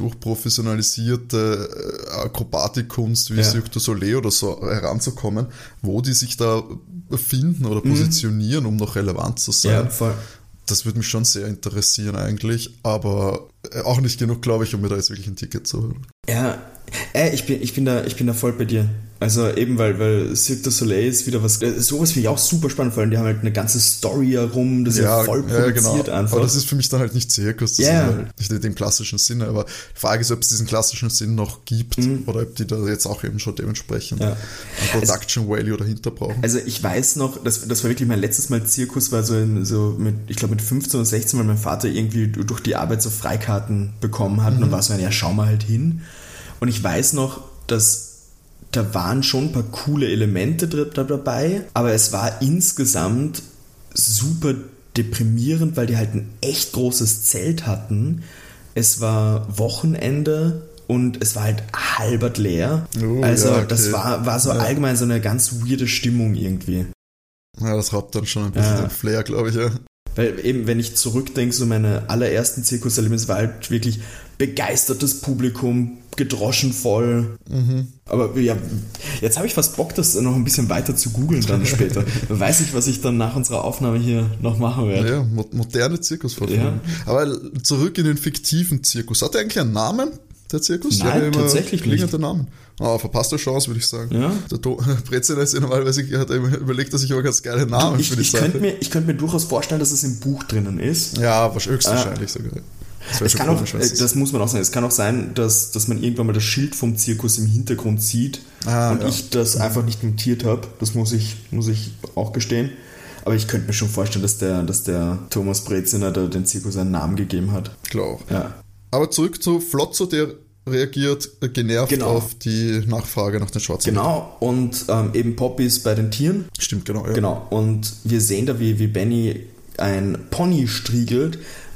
durchprofessionalisierte Akrobatikkunst wie ja. Cirque du Soleil oder so heranzukommen, wo die sich da finden oder positionieren, mhm. um noch relevant zu sein. Ja, voll. Das würde mich schon sehr interessieren eigentlich, aber auch nicht genug, glaube ich, um mir da jetzt wirklich ein Ticket zu holen. Ja, äh, ich bin, ich bin da, ich bin da voll bei dir. Also eben, weil, weil Cirque du Soleil ist wieder was, äh, sowas finde ich auch super spannend, vor allem die haben halt eine ganze Story herum, das ist ja, ja voll produziert ja, genau. einfach. Aber das ist für mich dann halt nicht Zirkus, das yeah. ist halt nicht in dem klassischen Sinne, aber die Frage ist, ob es diesen klassischen Sinn noch gibt mhm. oder ob die da jetzt auch eben schon dementsprechend ja. ein Production Value dahinter brauchen. Also ich weiß noch, das, das war wirklich mein letztes Mal Zirkus, war so, in, so mit, ich glaube mit fünfzehn oder sechzehn, weil mein Vater irgendwie durch die Arbeit so Freikarten bekommen hat mhm. und dann war so ein, ja, schau mal halt hin. Und ich weiß noch, dass da waren schon ein paar coole Elemente dabei, aber es war insgesamt super deprimierend, weil die halt ein echt großes Zelt hatten. Es war Wochenende und es war halt halbert leer. Oh, also ja, okay. das war, war so ja. allgemein so eine ganz weirde Stimmung irgendwie. Ja, das raubt dann schon ein bisschen ja. den Flair, glaube ich, ja. Weil eben, wenn ich zurückdenke, so meine allerersten Zirkuserlebnisse war halt wirklich begeistertes Publikum, gedroschen voll. Mhm. Aber ja, jetzt habe ich fast Bock, das noch ein bisschen weiter zu googeln dann später. Dann weiß ich, was ich dann nach unserer Aufnahme hier noch machen werde. Ja, mo- moderne Zirkusvorstellungen. Ja. Aber zurück in den fiktiven Zirkus. Hat der eigentlich einen Namen, der Zirkus? Nein, ja, tatsächlich nicht. Namen. Ah, verpasste Chance, würde ich sagen. Ja. Der to- Brezina ist ja normalerweise, hat überlegt, dass ich aber ganz geile Namen du, ich, für die ich Sache. Könnte mir, ich könnte mir durchaus vorstellen, dass es im Buch drinnen ist. Ja, höchstwahrscheinlich äh, sogar. Das, es kann komisch, auch, das muss man auch sagen. Es kann auch sein, dass, dass man irgendwann mal das Schild vom Zirkus im Hintergrund sieht ah, und ja. ich das einfach nicht notiert habe. Das muss ich, muss ich auch gestehen. Aber ich könnte mir schon vorstellen, dass der, dass der Thomas Brezina da den Zirkus einen Namen gegeben hat. Klar. Ja. Aber zurück zu Flotzo, der reagiert genervt genau. auf die Nachfrage nach den Schwarzen. Genau, und ähm, eben Poppy ist bei den Tieren. Stimmt, genau. Ja. Genau, und wir sehen da, wie, wie Benny ein Pony striegelt,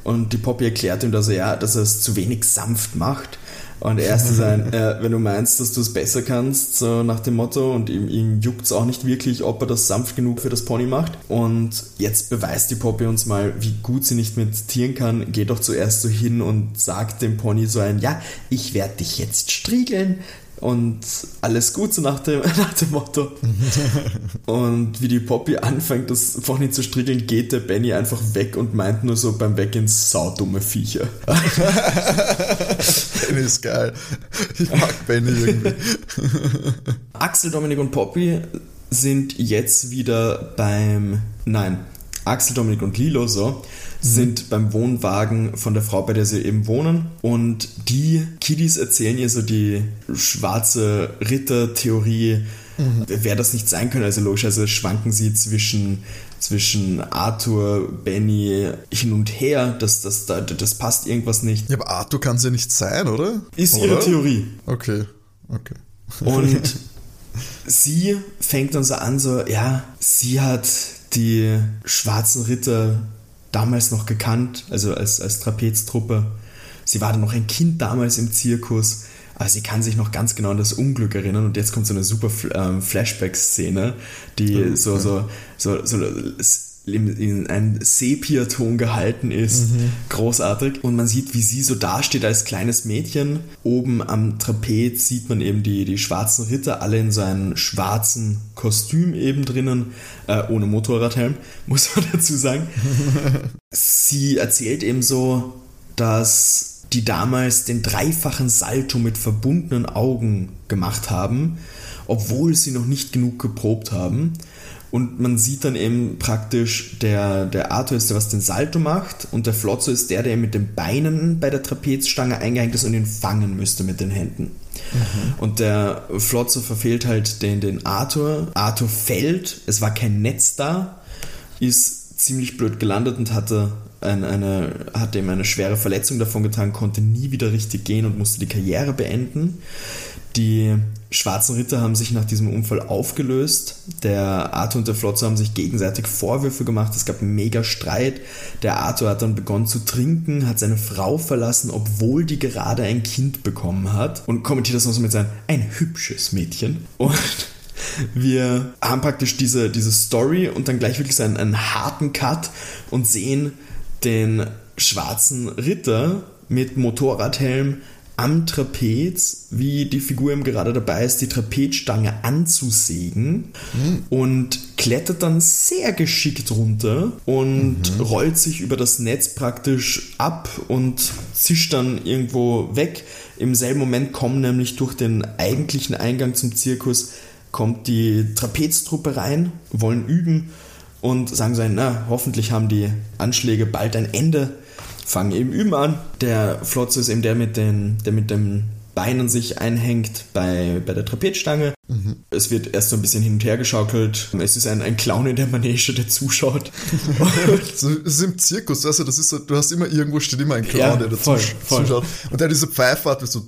und die Poppy erklärt ihm, dass er, ja, dass er es zu wenig sanft macht. Und er ist sein, äh, wenn du meinst, dass du es besser kannst, so nach dem Motto, und ihm, ihm juckt es auch nicht wirklich, ob er das sanft genug für das Pony macht. Und jetzt beweist die Poppy uns mal, wie gut sie nicht mit Tieren kann. Geht doch zuerst so hin und sagt dem Pony so ein, ja, ich werde dich jetzt striegeln. Und alles gut, so nach dem, nach dem Motto. Und wie die Poppy anfängt, das Pony zu striegeln, geht der Benny einfach weg und meint nur so beim Weggehen, saudumme Viecher. Benny ist geil. Ich mag Benny irgendwie. Axel, Dominik und Poppy sind jetzt wieder beim... Nein, Axel, Dominik und Lilo so sind beim Wohnwagen von der Frau, bei der sie eben wohnen, und die Kiddies erzählen ihr so die schwarze Ritter-Theorie, mhm. wer das nicht sein könnte. Also logischerweise schwanken sie zwischen, zwischen Arthur, Benny hin und her, das, das, das, das passt irgendwas nicht. Ja, aber Arthur kann sie ja nicht sein, oder? Ist oder? Ihre Theorie. Okay, okay. Und sie fängt dann so an, so, ja, sie hat die schwarzen Ritter damals noch gekannt, also als, als Trapeztruppe. Sie war dann noch ein Kind damals im Zirkus, aber sie kann sich noch ganz genau an das Unglück erinnern, und jetzt kommt so eine super ähm, Flashback-Szene, die okay. so, so, so, so in, in einen Sepia-Ton gehalten ist, mhm. großartig, und man sieht, wie sie so dasteht als kleines Mädchen. Oben am Trapez sieht man eben die, die schwarzen Ritter, alle in so einem schwarzen Kostüm eben drinnen, äh, ohne Motorradhelm, muss man dazu sagen. Sie erzählt eben so, dass die damals den dreifachen Salto mit verbundenen Augen gemacht haben, obwohl sie noch nicht genug geprobt haben. Und man sieht dann eben praktisch, der, der Arthur ist der, was den Salto macht, und der Flotzo ist der, der mit den Beinen bei der Trapezstange eingehängt ist und ihn fangen müsste mit den Händen. Mhm. Und der Flotzo verfehlt halt den, den Arthur. Arthur fällt, es war kein Netz da, ist ziemlich blöd gelandet und hatte, eine, eine, hatte ihm eine schwere Verletzung davon getragen, konnte nie wieder richtig gehen und musste die Karriere beenden. Die schwarzen Ritter haben sich nach diesem Unfall aufgelöst. Der Arthur und der Flotzo haben sich gegenseitig Vorwürfe gemacht. Es gab einen mega Streit. Der Arthur hat dann begonnen zu trinken, hat seine Frau verlassen, obwohl die gerade ein Kind bekommen hat. Und kommentiert das noch so mit seinem, ein hübsches Mädchen. Und wir haben praktisch diese, diese Story und dann gleich wirklich so einen, einen harten Cut und sehen den schwarzen Ritter mit Motorradhelm am Trapez, wie die Figur eben gerade dabei ist, die Trapezstange anzusägen, mhm. und klettert dann sehr geschickt runter und mhm. rollt sich über das Netz praktisch ab und zischt dann irgendwo weg. Im selben Moment kommen nämlich durch den eigentlichen Eingang zum Zirkus kommt die Trapeztruppe rein, wollen üben und sagen so, na, hoffentlich haben die Anschläge bald ein Ende. Fangen eben üben an. Der Flotzo ist eben der mit den, der mit den Beinen sich einhängt bei, bei der Trapezstange. Mhm. Es wird erst so ein bisschen hin und her geschaukelt. Es ist ein, ein Clown in der Manege, der zuschaut. So, das ist im Zirkus, also das ist so, du hast immer irgendwo steht immer ein Clown, ja, der voll, dazu voll. zuschaut. Und der diese Pfeife hat, so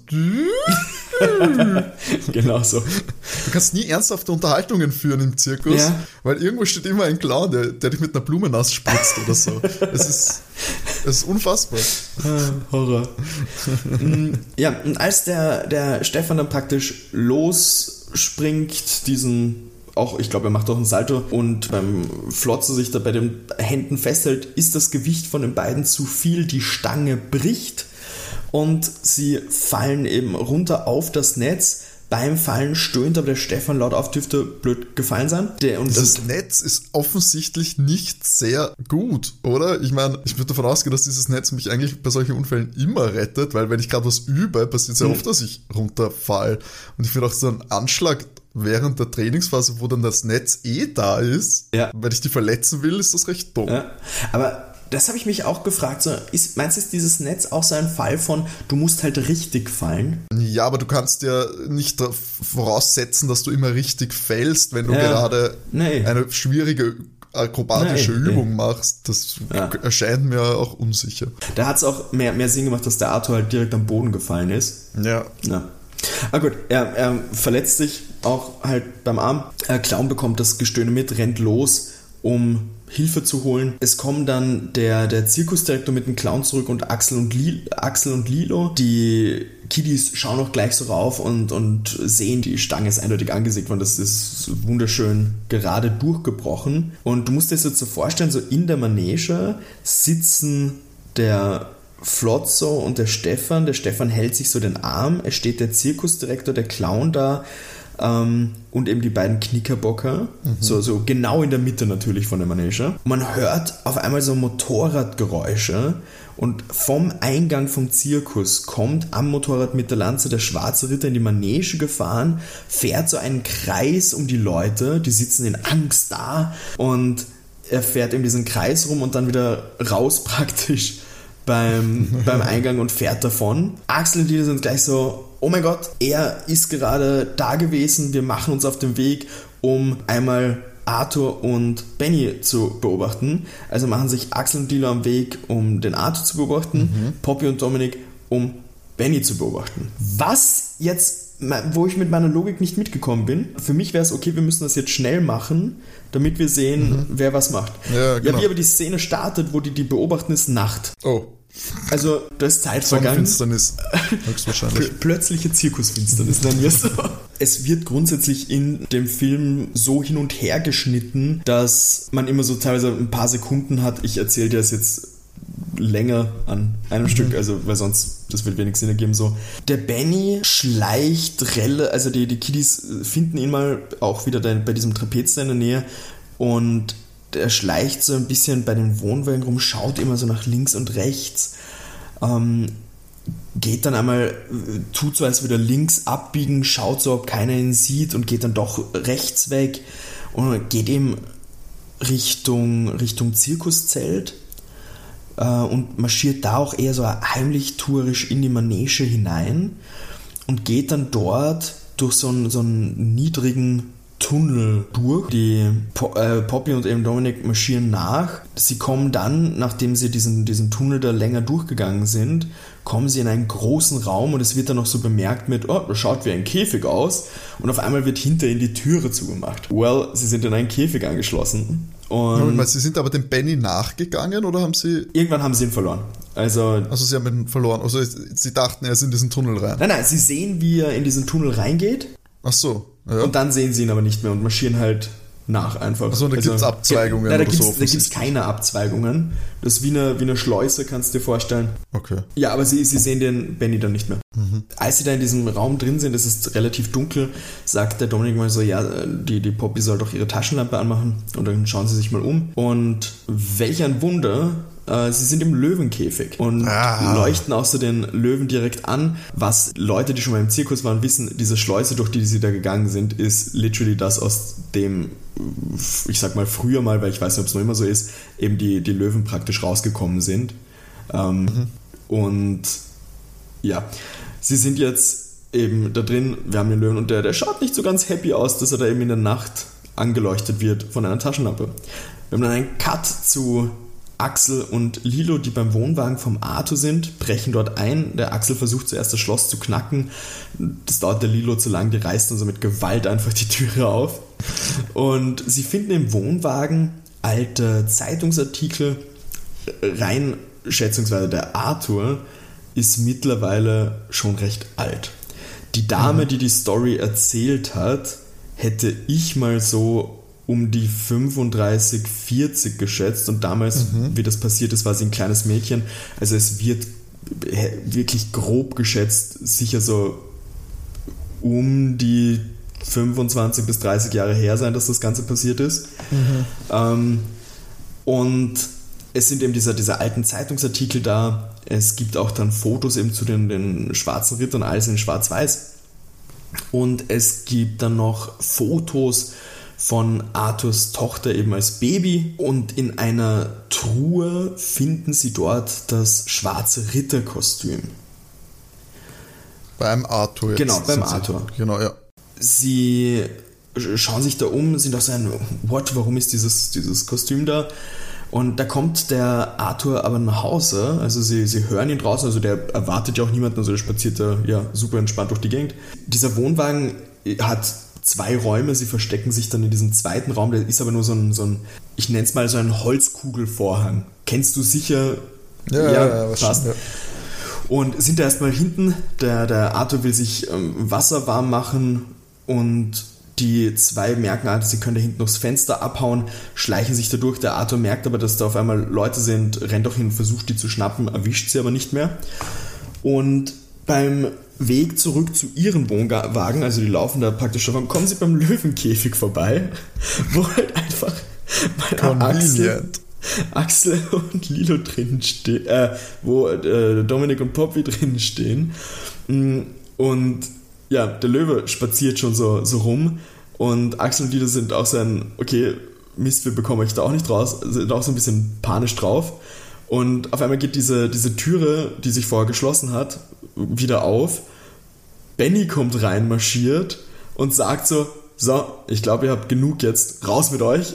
genau so. Du kannst nie ernsthafte Unterhaltungen führen im Zirkus, ja. weil irgendwo steht immer ein Clown, der, der dich mit einer Blume nass spritzt oder so. Es ist, es ist unfassbar. Ah, Horror. Ja, und als der, der Stefan dann praktisch losspringt, diesen, auch, ich glaube, er macht auch einen Salto, und beim Flotzo sich da bei den Händen festhält, ist das Gewicht von den beiden zu viel, die Stange bricht und sie fallen eben runter auf das Netz. Beim Fallen stöhnt aber der Stefan laut auf, dürfte blöd gefallen sein. Der, und dieses das Netz ist offensichtlich nicht sehr gut, oder? Ich meine, ich würde davon ausgehen, dass dieses Netz mich eigentlich bei solchen Unfällen immer rettet, weil wenn ich gerade was übe, passiert sehr mhm. oft, dass ich runterfall. Und ich finde auch so einen Anschlag während der Trainingsphase, wo dann das Netz eh da ist, ja. wenn ich die verletzen will, ist das recht dumm. Ja. Aber das habe ich mich auch gefragt. So, ist, meinst du, ist dieses Netz auch so ein Fall von, du musst halt richtig fallen? Ja, aber du kannst ja nicht voraussetzen, dass du immer richtig fällst, wenn du ja. gerade nee. eine schwierige akrobatische nee, Übung nee. machst. Das ja. erscheint mir auch unsicher. Da hat es auch mehr, mehr Sinn gemacht, dass der Arthur halt direkt am Boden gefallen ist. Ja. ja. Ah gut, er, er verletzt sich auch halt beim Arm. Der Clown bekommt das Gestöhne mit, rennt los, um Hilfe zu holen. Es kommen dann der, der Zirkusdirektor mit dem Clown zurück und Axel und, Li, Axel und Lilo. Die Kiddies schauen auch gleich so rauf und, und sehen, die Stange ist eindeutig angesägt worden. Das ist wunderschön gerade durchgebrochen. Und du musst dir das jetzt so vorstellen, so in der Manege sitzen der Flotzo und der Stefan. Der Stefan hält sich so den Arm. Es steht der Zirkusdirektor, der Clown da. Ähm, und eben die beiden Knickerbocker, mhm. so, so genau in der Mitte natürlich von der Manege. Man hört auf einmal so Motorradgeräusche und vom Eingang vom Zirkus kommt am Motorrad mit der Lanze der schwarze Ritter in die Manege gefahren, fährt so einen Kreis um die Leute, die sitzen in Angst da und er fährt eben diesen Kreis rum und dann wieder raus praktisch beim, beim Eingang und fährt davon. Axel und Lilo sind gleich so, oh mein Gott, er ist gerade da gewesen, wir machen uns auf den Weg, um einmal Arthur und Benny zu beobachten. Also machen sich Axel und Lilo am Weg, um den Arthur zu beobachten, mhm. Poppy und Dominik, um Benny zu beobachten. Was jetzt, wo ich mit meiner Logik nicht mitgekommen bin, für mich wäre es okay, wir müssen das jetzt schnell machen, damit wir sehen, mhm. wer was macht. Ja, genau. Ja, wie aber die Szene startet, wo die die beobachten, ist Nacht. Oh. Also, da ist Zeit vergangen. Sonnenfinsternis, höchstwahrscheinlich. Pl- plötzliche Zirkusfinsternis, nennen wir es so. Es wird grundsätzlich in dem Film so hin und her geschnitten, dass man immer so teilweise ein paar Sekunden hat. Ich erzähle dir das jetzt länger an einem mhm. Stück, also weil sonst, das wird wenig Sinn ergeben so. Der Benny schleicht Relle, also die, die Kiddies finden ihn mal auch wieder bei diesem Trapez in der Nähe und er schleicht so ein bisschen bei den Wohnwagen rum, schaut immer so nach links und rechts, ähm, geht dann einmal, tut so, als würde er links abbiegen, schaut so, ob keiner ihn sieht und geht dann doch rechts weg und geht eben Richtung, Richtung Zirkuszelt äh, und marschiert da auch eher so heimlich tuerisch in die Manege hinein und geht dann dort durch so einen, so einen niedrigen Tunnel durch. Die po- äh, Poppy und eben Dominik marschieren nach. Sie kommen dann, nachdem sie diesen, diesen Tunnel da länger durchgegangen sind, kommen sie in einen großen Raum und es wird dann noch so bemerkt mit, oh, das schaut wie ein Käfig aus und auf einmal wird hinter ihnen die Türe zugemacht. Well, sie sind in einen Käfig angeschlossen. Und ja, sie sind aber dem Benny nachgegangen oder haben sie... Irgendwann haben sie ihn verloren. Also, also sie haben ihn verloren. Also sie dachten, er ist in diesen Tunnel rein. Nein, nein, sie sehen, wie er in diesen Tunnel reingeht. Ach so. Ja. Und dann sehen sie ihn aber nicht mehr und marschieren halt nach einfach. Also da also, gibt es Abzweigungen nein, da oder gibt's, so? Da gibt es keine Abzweigungen. Das ist wie eine, wie eine Schleuse, kannst du dir vorstellen. Okay. Ja, aber sie, sie sehen den Benny dann nicht mehr. Mhm. Als sie da in diesem Raum drin sind, es ist relativ dunkel, sagt der Dominik mal so, ja, die, die Poppy soll doch ihre Taschenlampe anmachen und dann schauen sie sich mal um. Und welch ein Wunder, äh, sie sind im Löwenkäfig und ah. leuchten auch so den Löwen direkt an. Was Leute, die schon mal im Zirkus waren, wissen, diese Schleuse, durch die sie da gegangen sind, ist literally das, aus dem, ich sag mal früher mal, weil ich weiß nicht, ob es noch immer so ist, eben die, die Löwen praktisch rausgekommen sind. Ähm, mhm. Und ja, sie sind jetzt eben da drin, wir haben den Löwen und der, der schaut nicht so ganz happy aus, dass er da eben in der Nacht angeleuchtet wird von einer Taschenlampe. Wir haben dann einen Cut zu Axel und Lilo, die beim Wohnwagen vom Arthur sind, brechen dort ein. Der Axel versucht zuerst das Schloss zu knacken. Das dauert der Lilo zu lang, die reißt dann so mit Gewalt einfach die Türe auf. Und sie finden im Wohnwagen alte Zeitungsartikel. Rein schätzungsweise der Arthur ist mittlerweile schon recht alt. Die Dame, mhm. die die Story erzählt hat, hätte ich mal so um die fünfunddreißig, vierzig geschätzt und damals, mhm. wie das passiert ist, war sie ein kleines Mädchen. Also es wird wirklich grob geschätzt, sicher so um die fünfundzwanzig bis dreißig Jahre her sein, dass das Ganze passiert ist. Mhm. Ähm, und es sind eben diese, diese alten Zeitungsartikel da. Es gibt auch dann Fotos eben zu den, den schwarzen Rittern, alles in schwarz-weiß. Und es gibt dann noch Fotos von Arthurs Tochter eben als Baby und in einer Truhe finden sie dort das schwarze Ritterkostüm. Beim Arthur jetzt. Genau, beim Arthur. Sie, genau, ja. Sie schauen sich da um, sind auch so ein, what, warum ist dieses, dieses Kostüm da? Und da kommt der Arthur aber nach Hause, also sie, sie hören ihn draußen, also der erwartet ja auch niemanden, also der spaziert da ja super entspannt durch die Gegend. Dieser Wohnwagen hat zwei Räume, sie verstecken sich dann in diesem zweiten Raum, der ist aber nur so ein, so ein ich nenne es mal so ein Holzkugelvorhang. Kennst du sicher? Ja, ja, ja, ja fast. Ja. Und sind da erstmal hinten, der, der Arthur will sich ähm, Wasser warm machen und die zwei merken, also sie können da hinten durchs Fenster abhauen, schleichen sich da durch. Der Arthur merkt aber, dass da auf einmal Leute sind, rennt auch hin, versucht die zu schnappen, erwischt sie aber nicht mehr. Und beim Weg zurück zu ihren Wohnwagen, also die laufen da praktisch davon, kommen sie beim Löwenkäfig vorbei, wo halt einfach Axel, Axel und Lilo drin stehen, äh, wo äh, Dominik und Poppy drin stehen. Und ja, der Löwe spaziert schon so, so rum und Axel und Lilo sind auch so ein, okay, Mist, wir bekommen euch da auch nicht raus, sind auch so ein bisschen panisch drauf. Und auf einmal geht diese, diese Türe, die sich vorher geschlossen hat, wieder auf. Benny kommt rein, marschiert und sagt so, so, ich glaube, ihr habt genug jetzt, raus mit euch.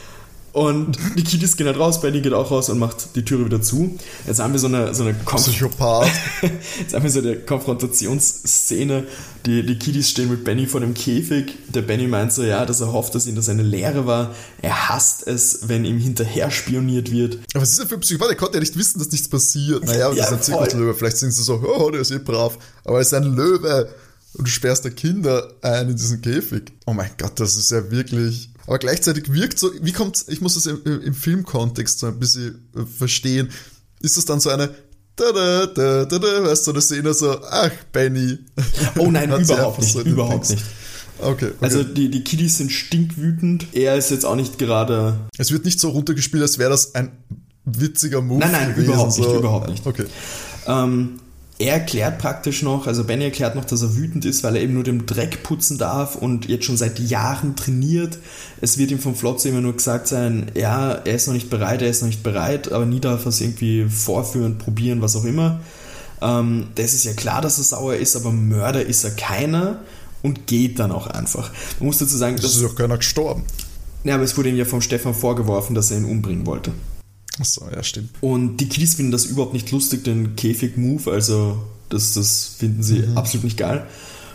Und die Kiddies gehen halt raus, Benny geht auch raus und macht die Türe wieder zu. Jetzt haben wir so eine, so eine Konf- Psychopath. Jetzt haben wir so eine Konfrontationsszene. Die, die Kiddies stehen mit Benny vor dem Käfig. Der Benny meint so, ja, dass er hofft, dass ihm das eine Lehre war. Er hasst es, wenn ihm hinterher spioniert wird. Aber was ist denn für ein Psychopath? Er konnte ja nicht wissen, dass nichts passiert. Naja, das ja, ist ein Zirkuslöwe. Vielleicht sind sie so, oh, der ist eh brav. Aber er ist ein Löwe. Und du sperrst da Kinder ein in diesen Käfig. Oh mein Gott, das ist ja wirklich... Aber gleichzeitig wirkt so, wie kommt's, ich muss das im, im Filmkontext so ein bisschen verstehen, ist das dann so eine da da da da da, weißt du, eine Szene so, ach, Benny. Oh nein, überhaupt nicht, so überhaupt nicht. Okay, okay. Also die, die Kiddies sind stinkwütend, er ist jetzt auch nicht gerade... Es wird nicht so runtergespielt, als wäre das ein witziger Move Nein, nein, gewesen, überhaupt so. nicht, überhaupt nicht. Okay. Ähm, Er erklärt praktisch noch, also Benny erklärt noch, dass er wütend ist, weil er eben nur den Dreck putzen darf und jetzt schon seit Jahren trainiert. Es wird ihm vom Flotze immer nur gesagt sein, ja, er ist noch nicht bereit, er ist noch nicht bereit, aber nie darf er es irgendwie vorführen, probieren, was auch immer. Ähm, das ist ja klar, dass er sauer ist, aber Mörder ist er keiner und geht dann auch einfach. Man muss dazu sagen, das ist doch keiner gestorben. Ja, aber es wurde ihm ja vom Stefan vorgeworfen, dass er ihn umbringen wollte. Achso, ja, stimmt. Und die Kiddies finden das überhaupt nicht lustig, den Käfig-Move, also das, das finden sie mhm. absolut nicht geil.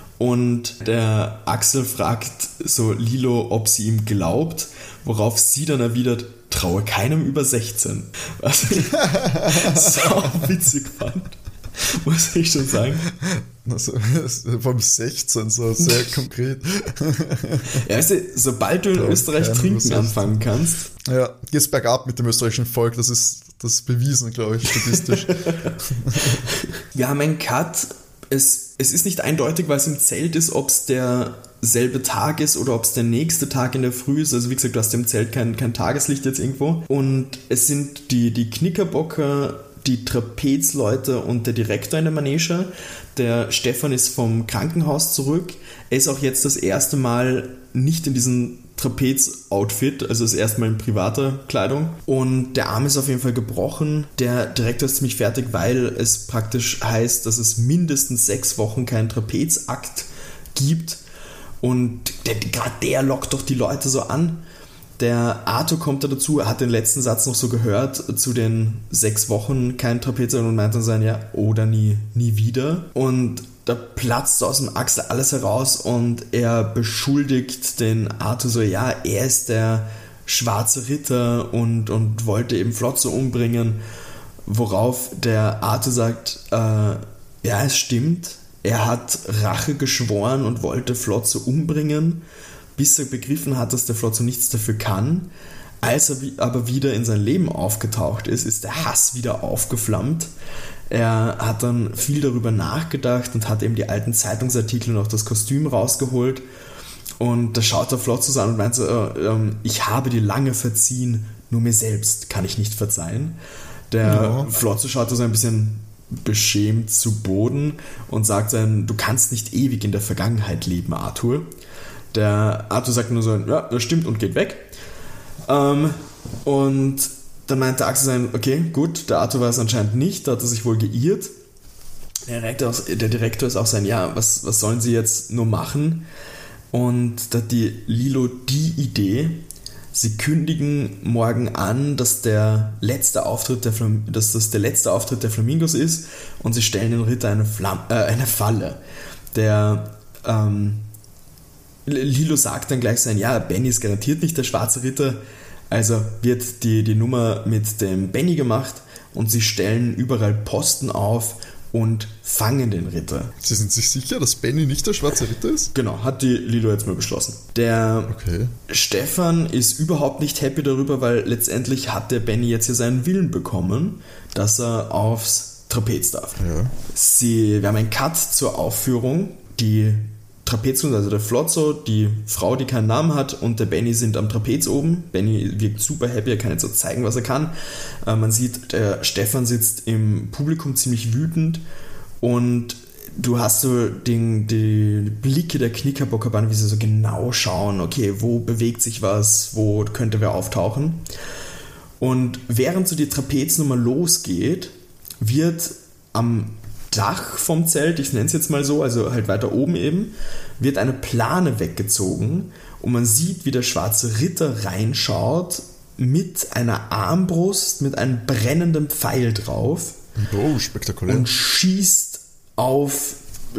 Und der Axel fragt so Lilo, ob sie ihm glaubt, worauf sie dann erwidert, traue keinem über sechzehn. Was ich so witzig fand, muss ich schon sagen. Also, vom sechzehn, so sehr konkret. Ja, weißt du, sobald du in Glaube Österreich trinken anfangen kannst. Ja, geht's bergab mit dem österreichischen Volk, das ist, das ist bewiesen, glaube ich, statistisch. Wir haben einen Cut. Es, es ist nicht eindeutig, weil es im Zelt ist, ob es derselbe Tag ist oder ob es der nächste Tag in der Früh ist. Also wie gesagt, du hast im Zelt kein, kein Tageslicht jetzt irgendwo. Und es sind die, die Knickerbocker, die Trapezleute und der Direktor in der Manege. Der Stefan ist vom Krankenhaus zurück. Er ist auch jetzt das erste Mal nicht in diesem Trapez-Outfit, also das erste Mal in privater Kleidung. Und der Arm ist auf jeden Fall gebrochen. Der Direktor ist ziemlich fertig, weil es praktisch heißt, dass es mindestens sechs Wochen keinen Trapezakt gibt. Und gerade der lockt doch die Leute so an. Der Arthur kommt da dazu, er hat den letzten Satz noch so gehört, zu den sechs Wochen kein Trapez und meint dann sein, ja, oder nie, nie wieder. Und da platzt aus dem Axel alles heraus und er beschuldigt den Arthur so, ja, er ist der schwarze Ritter und, und wollte eben Flotze umbringen, worauf der Arthur sagt, äh, ja, es stimmt, er hat Rache geschworen und wollte Flotze umbringen, bis er begriffen hat, dass der Flotze nichts dafür kann. Als er aber wieder in sein Leben aufgetaucht ist, ist der Hass wieder aufgeflammt. Er hat dann viel darüber nachgedacht und hat eben die alten Zeitungsartikel und auch das Kostüm rausgeholt. Und da schaut der Flotze so an und meint so, äh, ich habe dir lange verziehen, nur mir selbst kann ich nicht verzeihen. Der ja. Flotze schaut so ein bisschen beschämt zu Boden und sagt dann, du kannst nicht ewig in der Vergangenheit leben, Arthur. Der Arthur sagt nur so, ja, das stimmt und geht weg. Ähm, und dann meint der Axel sein, okay, gut, der Arthur war es anscheinend nicht, da hat er sich wohl geirrt. Der Direktor, der Direktor ist auch sein, ja, was, was sollen sie jetzt nur machen? Und da hat die Lilo die Idee, sie kündigen morgen an, dass der letzte Auftritt der Flam- dass das der letzte Auftritt der Flamingos ist und sie stellen den Ritter eine, Flam- äh, eine Falle. Der, ähm, Lilo sagt dann gleich sein, ja, Benny ist garantiert nicht der schwarze Ritter, also wird die, die Nummer mit dem Benny gemacht und sie stellen überall Posten auf und fangen den Ritter. Sie sind sich sicher, dass Benny nicht der schwarze Ritter ist? Genau, hat die Lilo jetzt mal beschlossen. Der okay. Stefan ist überhaupt nicht happy darüber, weil letztendlich hat der Benny jetzt hier seinen Willen bekommen, dass er aufs Trapez darf. Ja. Sie, wir haben einen Cut zur Aufführung. Die Trapezkünstler, also der Flozzo, die Frau, die keinen Namen hat, und der Benny sind am Trapez oben. Benny wirkt super happy, er kann jetzt so zeigen, was er kann. Äh, man sieht, der Stefan sitzt im Publikum ziemlich wütend und du hast so den, die Blicke der Knickerbockerbande, wie sie so genau schauen, okay, wo bewegt sich was, wo könnte wer auftauchen. Und während so die Trapeznummer losgeht, wird am Dach vom Zelt, ich nenne es jetzt mal so, also halt weiter oben eben, wird eine Plane weggezogen und man sieht, wie der schwarze Ritter reinschaut mit einer Armbrust, mit einem brennenden Pfeil drauf. Oh, spektakulär. Und schießt auf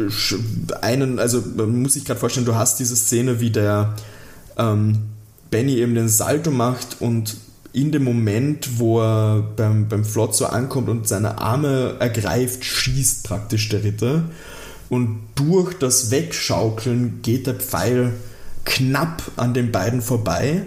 einen, also man muss sich gerade vorstellen, du hast diese Szene, wie der ähm, Benny eben den Salto macht und in dem Moment, wo er beim, beim Flozzo ankommt und seine Arme ergreift, schießt praktisch der Ritter. Und durch das Wegschaukeln geht der Pfeil knapp an den beiden vorbei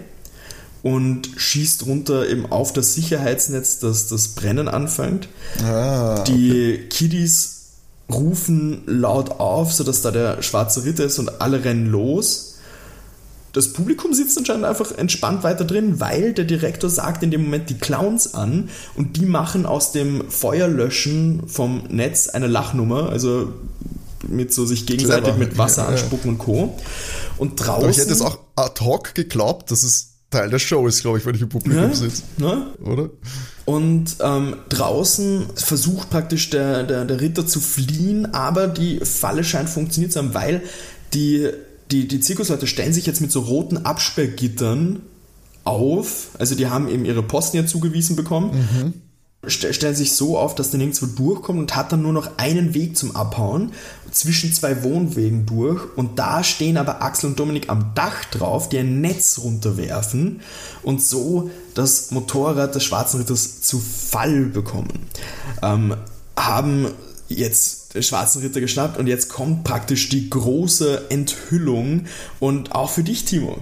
und schießt runter eben auf das Sicherheitsnetz, dass das Brennen anfängt. Ah, okay. Die Kiddies rufen laut auf, sodass da der schwarze Ritter ist und alle rennen los. Das Publikum sitzt anscheinend einfach entspannt weiter drin, weil der Direktor sagt in dem Moment die Clowns an und die machen aus dem Feuerlöschen vom Netz eine Lachnummer, also mit so sich gegenseitig Clever. mit Wasser Ja, ja. anspucken und Co. Und draußen... Aber ich hätte jetzt auch ad hoc geglaubt, dass es Teil der Show ist, glaube ich, wenn ich im Publikum Ja, sitze. ne? Oder? Und ähm, draußen versucht praktisch der, der, der Ritter zu fliehen, aber die Falle scheint funktioniert zu haben, weil die... Die, die Zirkusleute stellen sich jetzt mit so roten Absperrgittern auf, also die haben eben ihre Posten ja zugewiesen bekommen, mhm. St- stellen sich so auf, dass der nirgendwo durchkommt und hat dann nur noch einen Weg zum Abhauen, zwischen zwei Wohnwegen durch, und da stehen aber Axel und Dominik am Dach drauf, die ein Netz runterwerfen und so das Motorrad des Schwarzen Ritters zu Fall bekommen. Ähm, haben jetzt den Schwarzen Ritter geschnappt und jetzt kommt praktisch die große Enthüllung. Und auch für dich, Timo,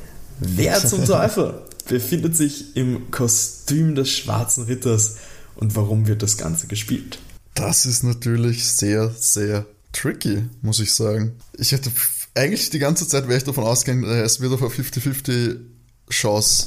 wer zum Teufel befindet sich im Kostüm des Schwarzen Ritters und warum wird das Ganze gespielt? Das ist natürlich sehr, sehr tricky, muss ich sagen. Ich hätte eigentlich die ganze Zeit wäre ich davon ausgegangen, es wird auf eine fünfzig fünfzig Chance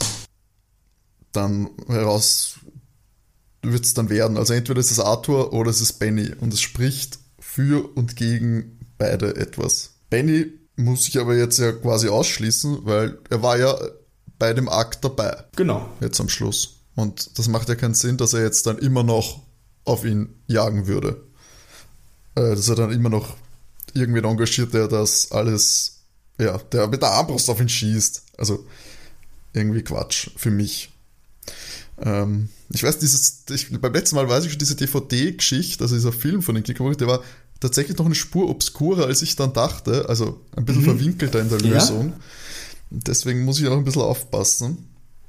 dann heraus wird es dann werden. Also entweder ist es Arthur oder es ist Benny und es spricht für und gegen beide etwas. Benny muss ich aber jetzt ja quasi ausschließen, weil er war ja bei dem Akt dabei. Genau. Jetzt am Schluss. Und das macht ja keinen Sinn, dass er jetzt dann immer noch auf ihn jagen würde. Äh, dass er dann immer noch irgendwen engagiert, der das alles, ja, der mit der Armbrust auf ihn schießt. Also irgendwie Quatsch für mich. Ähm, ich weiß, dieses, ich, beim letzten Mal weiß ich schon, diese D V D-Geschichte, also dieser Film von den Knickerbockern, der war tatsächlich noch eine Spur obskurer, als ich dann dachte, also ein bisschen mhm. verwinkelter in der Lösung. Ja. Deswegen muss ich auch ein bisschen aufpassen.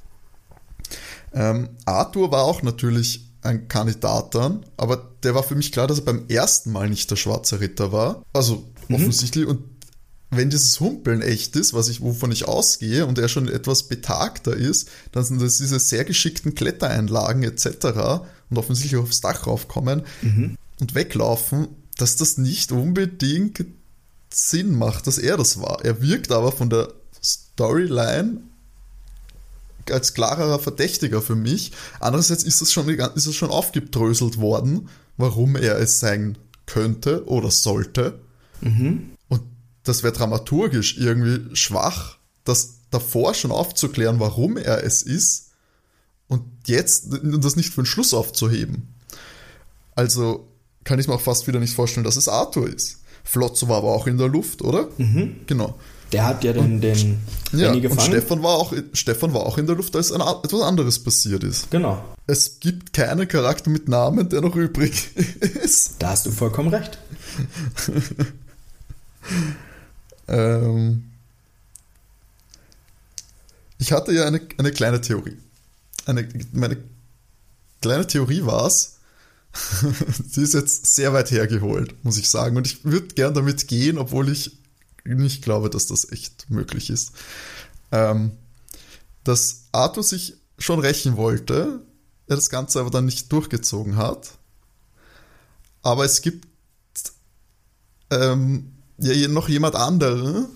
Ähm, Arthur war auch natürlich ein Kandidat dann, aber der war für mich klar, dass er beim ersten Mal nicht der Schwarze Ritter war. Also mhm. offensichtlich. Und wenn dieses Humpeln echt ist, was ich, wovon ich ausgehe, und er schon etwas betagter ist, dann sind das diese sehr geschickten Klettereinlagen et cetera und offensichtlich aufs Dach raufkommen mhm. und weglaufen, dass das nicht unbedingt Sinn macht, dass er das war. Er wirkt aber von der Storyline als klarerer Verdächtiger für mich. Andererseits ist das schon, ist das schon aufgedröselt worden, warum er es sein könnte oder sollte. Mhm. Und das wäre dramaturgisch irgendwie schwach, das davor schon aufzuklären, warum er es ist und jetzt das nicht für den Schluss aufzuheben. Also kann ich mir auch fast wieder nicht vorstellen, dass es Arthur ist. Flozzo war aber auch in der Luft, oder? Mhm. Genau. Der hat ja den, den ja, Benny gefangen. Und Stefan war, auch, Stefan war auch in der Luft, als ein, etwas anderes passiert ist. Genau. Es gibt keinen Charakter mit Namen, der noch übrig ist. Da hast du vollkommen recht. ähm, ich hatte ja eine, eine kleine Theorie. Eine, meine kleine Theorie war es, die ist jetzt sehr weit hergeholt, muss ich sagen. Und ich würde gern damit gehen, obwohl ich nicht glaube, dass das echt möglich ist. Ähm, dass Arthur sich schon rächen wollte, er das Ganze aber dann nicht durchgezogen hat. Aber es gibt ähm, ja noch jemand anderen,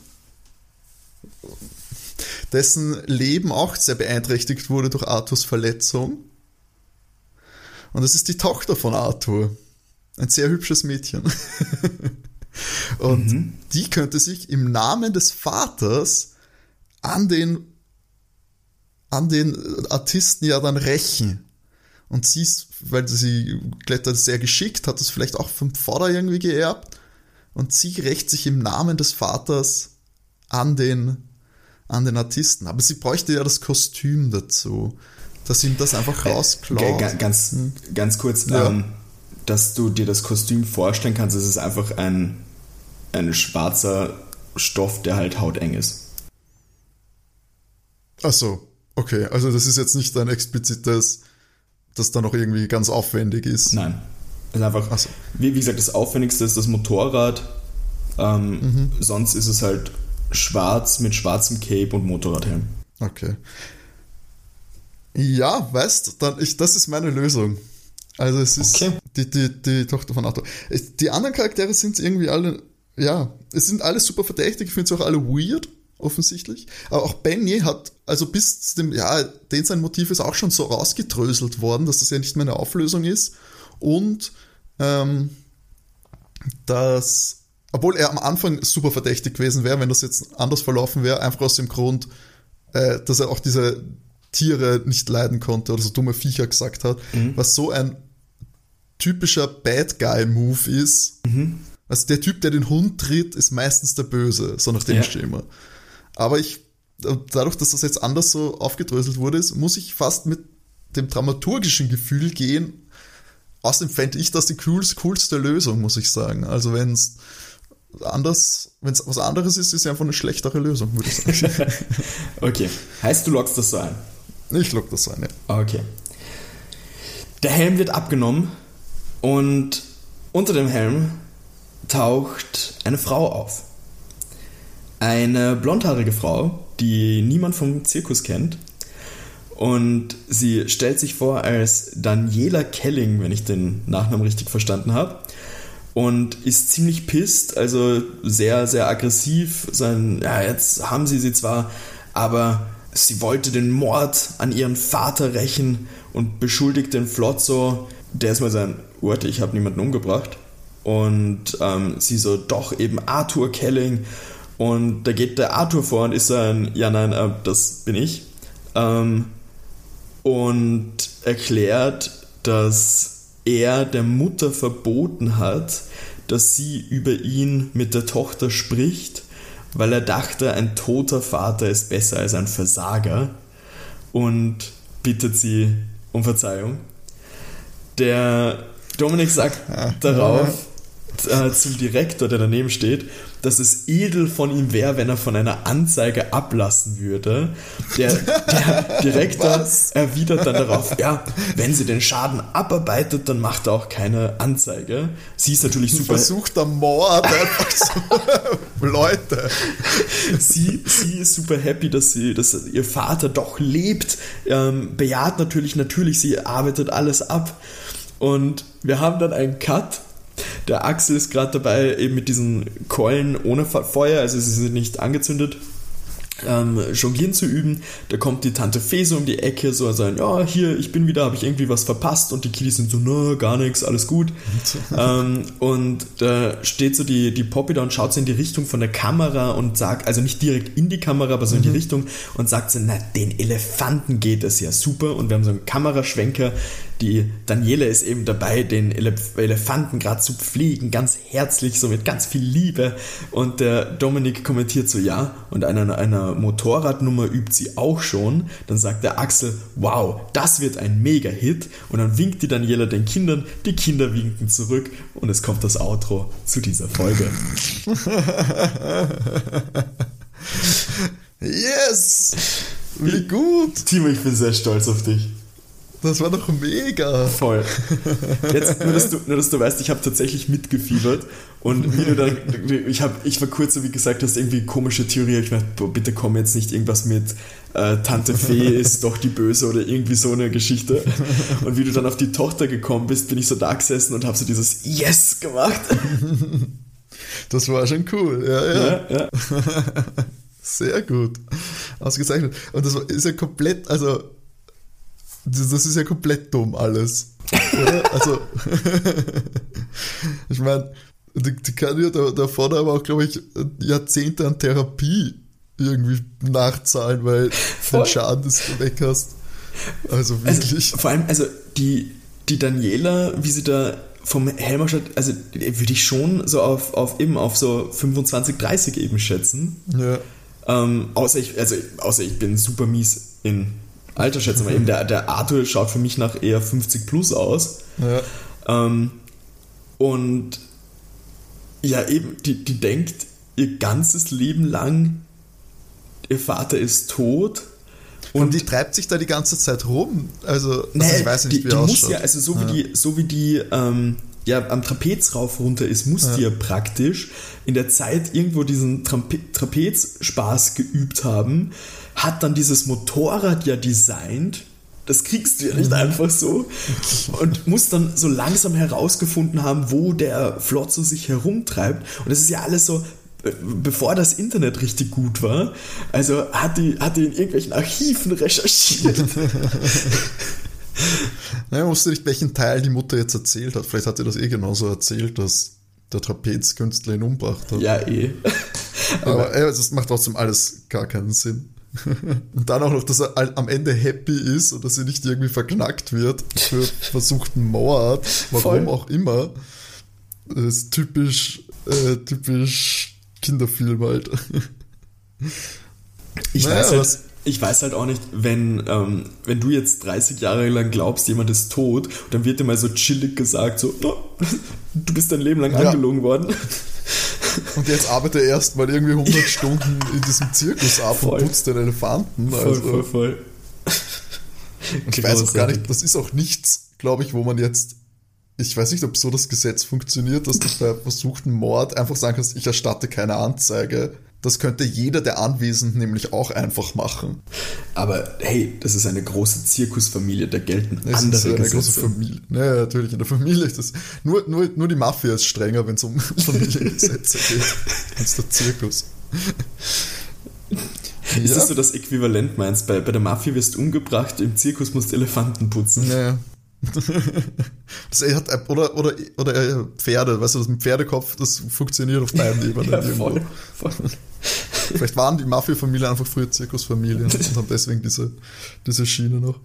dessen Leben auch sehr beeinträchtigt wurde durch Arthurs Verletzung. Und das ist die Tochter von Arthur. Ein sehr hübsches Mädchen. Und mhm. die könnte sich im Namen des Vaters an den, an den Artisten ja dann rächen. Und sie ist, weil sie klettert sehr geschickt, hat das vielleicht auch vom Vater irgendwie geerbt. Und sie rächt sich im Namen des Vaters an den, an den Artisten. Aber sie bräuchte ja das Kostüm dazu, dass ihm das einfach rausklaut. Äh, ganz, hm. ganz kurz, ja. ähm, dass du dir das Kostüm vorstellen kannst, es ist einfach ein, ein schwarzer Stoff, der halt hauteng ist. Ach so, okay. Also das ist jetzt nicht ein explizites, das dann noch irgendwie ganz aufwendig ist. Nein. Es ist einfach, so. wie, wie gesagt, das Aufwendigste ist das Motorrad. Ähm, mhm. Sonst ist es halt schwarz mit schwarzem Cape und Motorradhelm. Okay. Ja, weißt, dann ich, das ist meine Lösung. Also es ist okay. die, die, die Tochter von Arthur. Die anderen Charaktere sind irgendwie alle, ja, es sind alle super verdächtig, ich finde sie auch alle weird, offensichtlich. Aber auch Benny hat, also bis zu dem, ja, den sein Motiv ist auch schon so rausgedröselt worden, dass das ja nicht mehr eine Auflösung ist. Und ähm, dass, obwohl er am Anfang super verdächtig gewesen wäre, wenn das jetzt anders verlaufen wäre, einfach aus dem Grund, äh, dass er auch diese Tiere nicht leiden konnte oder so dumme Viecher gesagt hat, mhm. was so ein typischer Bad Guy-Move ist. Mhm. Also der Typ, der den Hund tritt, ist meistens der Böse, so nach dem ja. Schema. Aber ich, dadurch, dass das jetzt anders so aufgedröselt wurde, muss ich fast mit dem dramaturgischen Gefühl gehen. Außerdem fände ich das die coolste, coolste Lösung, muss ich sagen. Also wenn es anders, wenn es was anderes ist, ist es einfach eine schlechtere Lösung, würde ich sagen. Okay. Heißt, du loggst das so ein? Ich log das so ein, ja. Okay. Der Helm wird abgenommen und unter dem Helm taucht eine Frau auf. Eine blondhaarige Frau, die niemand vom Zirkus kennt. Und sie stellt sich vor als Daniela Kelling, wenn ich den Nachnamen richtig verstanden habe. Und ist ziemlich pisst, also sehr, sehr aggressiv. Sein, ja, jetzt haben sie sie zwar, aber sie wollte den Mord an ihren Vater rächen und beschuldigt den Flotzo. Der ist mal sein, warte, ich habe niemanden umgebracht. Und ähm, sie so, doch, eben Arthur Kelling. Und da geht der Arthur vor und ist so ein, ja, nein, äh, das bin ich. Ähm, und erklärt, dass er der Mutter verboten hat, dass sie über ihn mit der Tochter spricht, weil er dachte, ein toter Vater ist besser als ein Versager, und bittet sie um Verzeihung. Der Dominik sagt darauf äh, zum Direktor, der daneben steht, dass es edel von ihm wäre, wenn er von einer Anzeige ablassen würde. Der, der Direktor Was? erwidert dann darauf, ja, wenn sie den Schaden abarbeitet, dann macht er auch keine Anzeige. Sie ist natürlich super... Versuchter Mord, einfach so. Leute. Sie, sie ist super happy, dass, sie, dass ihr Vater doch lebt, ähm, bejaht natürlich, natürlich, sie arbeitet alles ab. Und wir haben dann einen Cut. Der Axel ist gerade dabei, eben mit diesen Keulen ohne Feuer, also sie sind nicht angezündet, ähm, Jonglieren zu üben. Da kommt die Tante Fese um die Ecke, so sagen, ja, hier, ich bin wieder, habe ich irgendwie was verpasst, und die Kiddies sind so, na, gar nichts, alles gut. ähm, und da steht so die, die Poppy da und schaut so in die Richtung von der Kamera und sagt, also nicht direkt in die Kamera, aber so in die mhm. Richtung, und sagt so, na, den Elefanten geht es ja super, und wir haben so einen Kameraschwenker. Die Daniela ist eben dabei, den Elef- Elefanten gerade zu pflegen, ganz herzlich, so mit ganz viel Liebe. Und der Dominik kommentiert so, ja, und einer, einer Motorradnummer übt sie auch schon. Dann sagt der Axel, wow, das wird ein Mega-Hit. Und dann winkt die Daniela den Kindern, die Kinder winken zurück, und es kommt das Outro zu dieser Folge. Yes! Wie gut! Timo, ich bin sehr stolz auf dich. Das war doch mega. Voll. Jetzt, nur dass du, nur, dass du weißt, ich habe tatsächlich mitgefiebert und wie du dann, ich, hab, ich war kurz, so wie gesagt hast, irgendwie komische Theorie, ich dachte, boah, bitte komm jetzt nicht irgendwas mit äh, Tante Fee ist doch die Böse oder irgendwie so eine Geschichte. Und wie du dann auf die Tochter gekommen bist, bin ich so da gesessen und habe so dieses Yes gemacht. Das war schon cool, ja, ja. Ja, ja. Sehr gut. Ausgezeichnet. Und das ist ja komplett, also das ist ja komplett dumm alles. Oder? Also, ich meine, die, die kann ja da, da vorne aber auch, glaube ich, Jahrzehnte an Therapie irgendwie nachzahlen, weil Voll. den Schaden, das du weg hast. Also wirklich. Also, vor allem, also die, die Daniela, wie sie da vom Helmerstadt, also würde ich schon so auf, auf eben auf so fünfundzwanzig, dreißig eben schätzen. Ja. Ähm, außer, ich, also, außer ich bin super mies in Alter schätzen, aber eben der, der Arthur schaut für mich nach eher fünfzig plus aus. Ja. Ähm, und ja, eben, die, die denkt ihr ganzes Leben lang, ihr Vater ist tot. Und, Und die treibt sich da die ganze Zeit rum. Also, also nee, ich weiß nicht, die, wie die ausschaut. muss ja, also so wie Ja. die, so wie die ähm, ja, am Trapez rauf runter ist, muss Ja. die ja praktisch in der Zeit irgendwo diesen Trape- Trapezspaß geübt haben, hat dann dieses Motorrad ja designt. Das kriegst du ja nicht einfach so. Und muss dann so langsam herausgefunden haben, wo der Flotzo sich herumtreibt. Und das ist ja alles so, bevor das Internet richtig gut war. Also hat die, hat die in irgendwelchen Archiven recherchiert. Naja, man wusste nicht, welchen Teil die Mutter jetzt erzählt hat. Vielleicht hat sie das eh genauso erzählt, dass der Trapezkünstler ihn umgebracht hat. Ja, eh. Aber äh, das macht trotzdem alles gar keinen Sinn. Und dann auch noch, dass er am Ende happy ist und dass sie nicht irgendwie verknackt wird für versuchten Mord, warum Voll. auch immer. Das ist typisch, äh, typisch Kinderfilm halt. Ich, Naja, weiß halt, was- ich weiß halt auch nicht, wenn, ähm, wenn du jetzt dreißig Jahre lang glaubst, jemand ist tot, und dann wird dir mal so chillig gesagt, so, no, du bist dein Leben lang Ja. angelogen worden. Und jetzt arbeitet er erst mal irgendwie hundert Stunden in diesem Zirkus ab Voll. und putzt den Elefanten. Voll, Also, voll, voll. und ich weiß auch gar nicht, das ist auch nichts, glaube ich, wo man jetzt, ich weiß nicht, ob so das Gesetz funktioniert, dass du bei versuchten Mord einfach sagen kannst, ich erstatte keine Anzeige. Das könnte jeder der Anwesenden nämlich auch einfach machen. Aber hey, das ist eine große Zirkusfamilie, da gelten Es andere ist eine Gesetze. große Familie. Naja, natürlich, in der Familie ist das. Nur, nur, nur die Mafia ist strenger, wenn es um Familiengesetze geht, als der Zirkus. Ist Ja. das so das Äquivalent, meinst du? Bei, bei der Mafia wirst du umgebracht, im Zirkus musst du Elefanten putzen. Naja. Das er hat, oder, oder, oder äh, Pferde, weißt du, das mit Pferdekopf, das funktioniert auf beiden Ebenen Ja, irgendwo. voll, voll. Vielleicht waren die Mafia-Familien einfach früher Zirkusfamilien und haben deswegen diese, diese Schiene noch.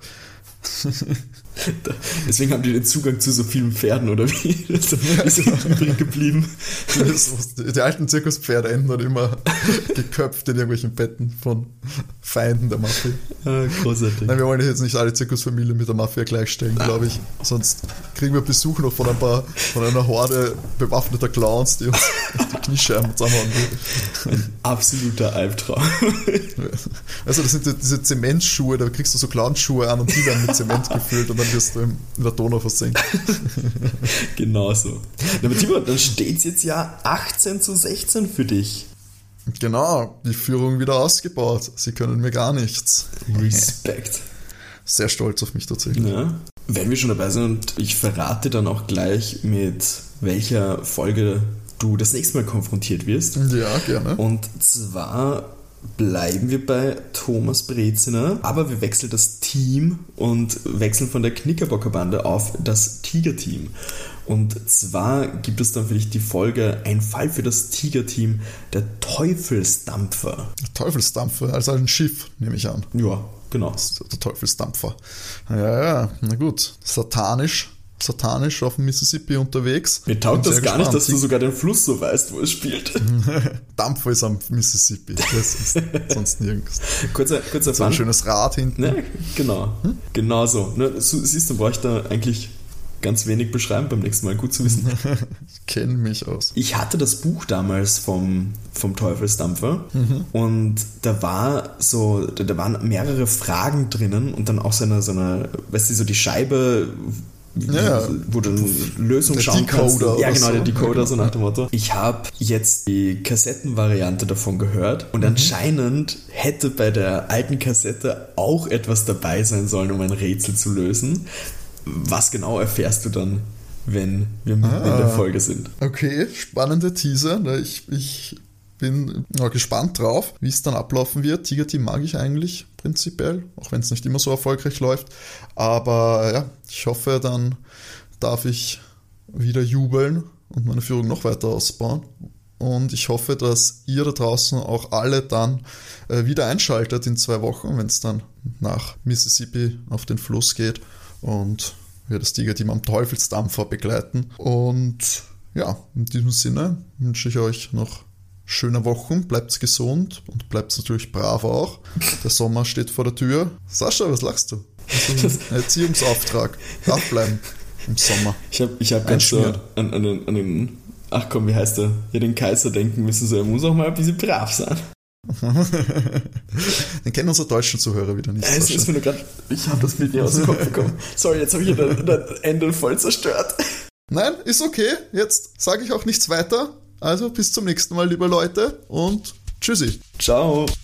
Deswegen haben die den Zugang zu so vielen Pferden, oder wie? Das ist ja, übrig geblieben. Die alten Zirkuspferde enden dann immer geköpft in irgendwelchen Betten von Feinden der Mafia. Ah, großartig. Nein, wir wollen jetzt nicht alle Zirkusfamilien mit der Mafia gleichstellen, glaube ich. Sonst kriegen wir Besuch noch von ein paar, von einer Horde bewaffneter Clowns, die uns die Kniescheiben zusammenhauen will. Ein absoluter Albtraum. Also das sind die- diese Zementschuhe, da kriegst du so Clownschuhe an und die werden mit Zement gefüllt und dann wirst du in der Donau versenkt. Genau so. Na, aber Timo, dann steht es jetzt ja achtzehn zu sechzehn für dich. Genau, die Führung wieder ausgebaut. Sie können mir gar nichts. Respekt. Sehr stolz auf mich tatsächlich. Ja. Wenn wir schon dabei sind, und ich verrate dann auch gleich, mit welcher Folge du das nächste Mal konfrontiert wirst. Ja, gerne. Und zwar bleiben wir bei Thomas Breziner, aber wir wechseln das Team und wechseln von der Knickerbocker-Bande auf das Tiger-Team. Und zwar gibt es dann für dich die Folge Ein Fall für das Tiger-Team, der Teufelsdampfer. Teufelsdampfer, also ein Schiff, nehme ich an. Ja, genau. Das ist der Teufelsdampfer. Ja, ja, na gut. Satanisch, satanisch auf dem Mississippi unterwegs. Mir taugt Bin das sehr gar nicht, gespannt. dass du sogar den Fluss so weißt, wo es spielt. Dampfer ist am Mississippi. Das ist sonst nirgends. Kurzer, kurzer So ein Fun. schönes Rad hinten. Ne, genau. Genau so. Ne, so siehst du, brauche ich da eigentlich ganz wenig beschreiben beim nächsten Mal. Gut zu wissen. Ich kenne mich aus. Ich hatte das Buch damals vom, vom Teufelsdampfer mhm. und da war so, da, da waren mehrere Fragen drinnen und dann auch so eine, so eine, weißt du, so die Scheibe, ja, wo du eine Lösung schauen kannst. Ja, genau, so. der Decoder, so nach dem Motto. Ich habe jetzt die Kassettenvariante davon gehört und mhm. anscheinend hätte bei der alten Kassette auch etwas dabei sein sollen, um ein Rätsel zu lösen. Was genau erfährst du dann, wenn wir mitten ah, in der Folge sind? Okay, spannende Teaser. Ich, ich bin ja, gespannt drauf, wie es dann ablaufen wird. Tiger Team mag ich eigentlich prinzipiell, auch wenn es nicht immer so erfolgreich läuft. Aber ja, ich hoffe, dann darf ich wieder jubeln und meine Führung noch weiter ausbauen. Und ich hoffe, dass ihr da draußen auch alle dann äh, wieder einschaltet in zwei Wochen, wenn es dann nach Mississippi auf den Fluss geht und wir das Tiger-Team am Teufelsdampfer begleiten. Und ja, in diesem Sinne wünsche ich euch noch schöne Wochen, bleibt gesund und bleibt natürlich brav auch. Der Sommer steht vor der Tür. Sascha, was lachst du? Das ist ein Erziehungsauftrag. Brav bleiben im Sommer. Ich habe ich hab ganz so an, an, den, an den, ach komm, wie heißt der? Ja, den Kaiser denken müssen, so er muss auch mal ein bisschen brav sein. Den kennen unsere deutschen Zuhörer wieder nicht. Es ist mir nur grad, ich habe das Bild nicht aus dem Kopf bekommen. Sorry, jetzt habe ich das Ende voll zerstört. Nein, ist okay. Jetzt sage ich auch nichts weiter. Also bis zum nächsten Mal, liebe Leute, und tschüssi. Ciao.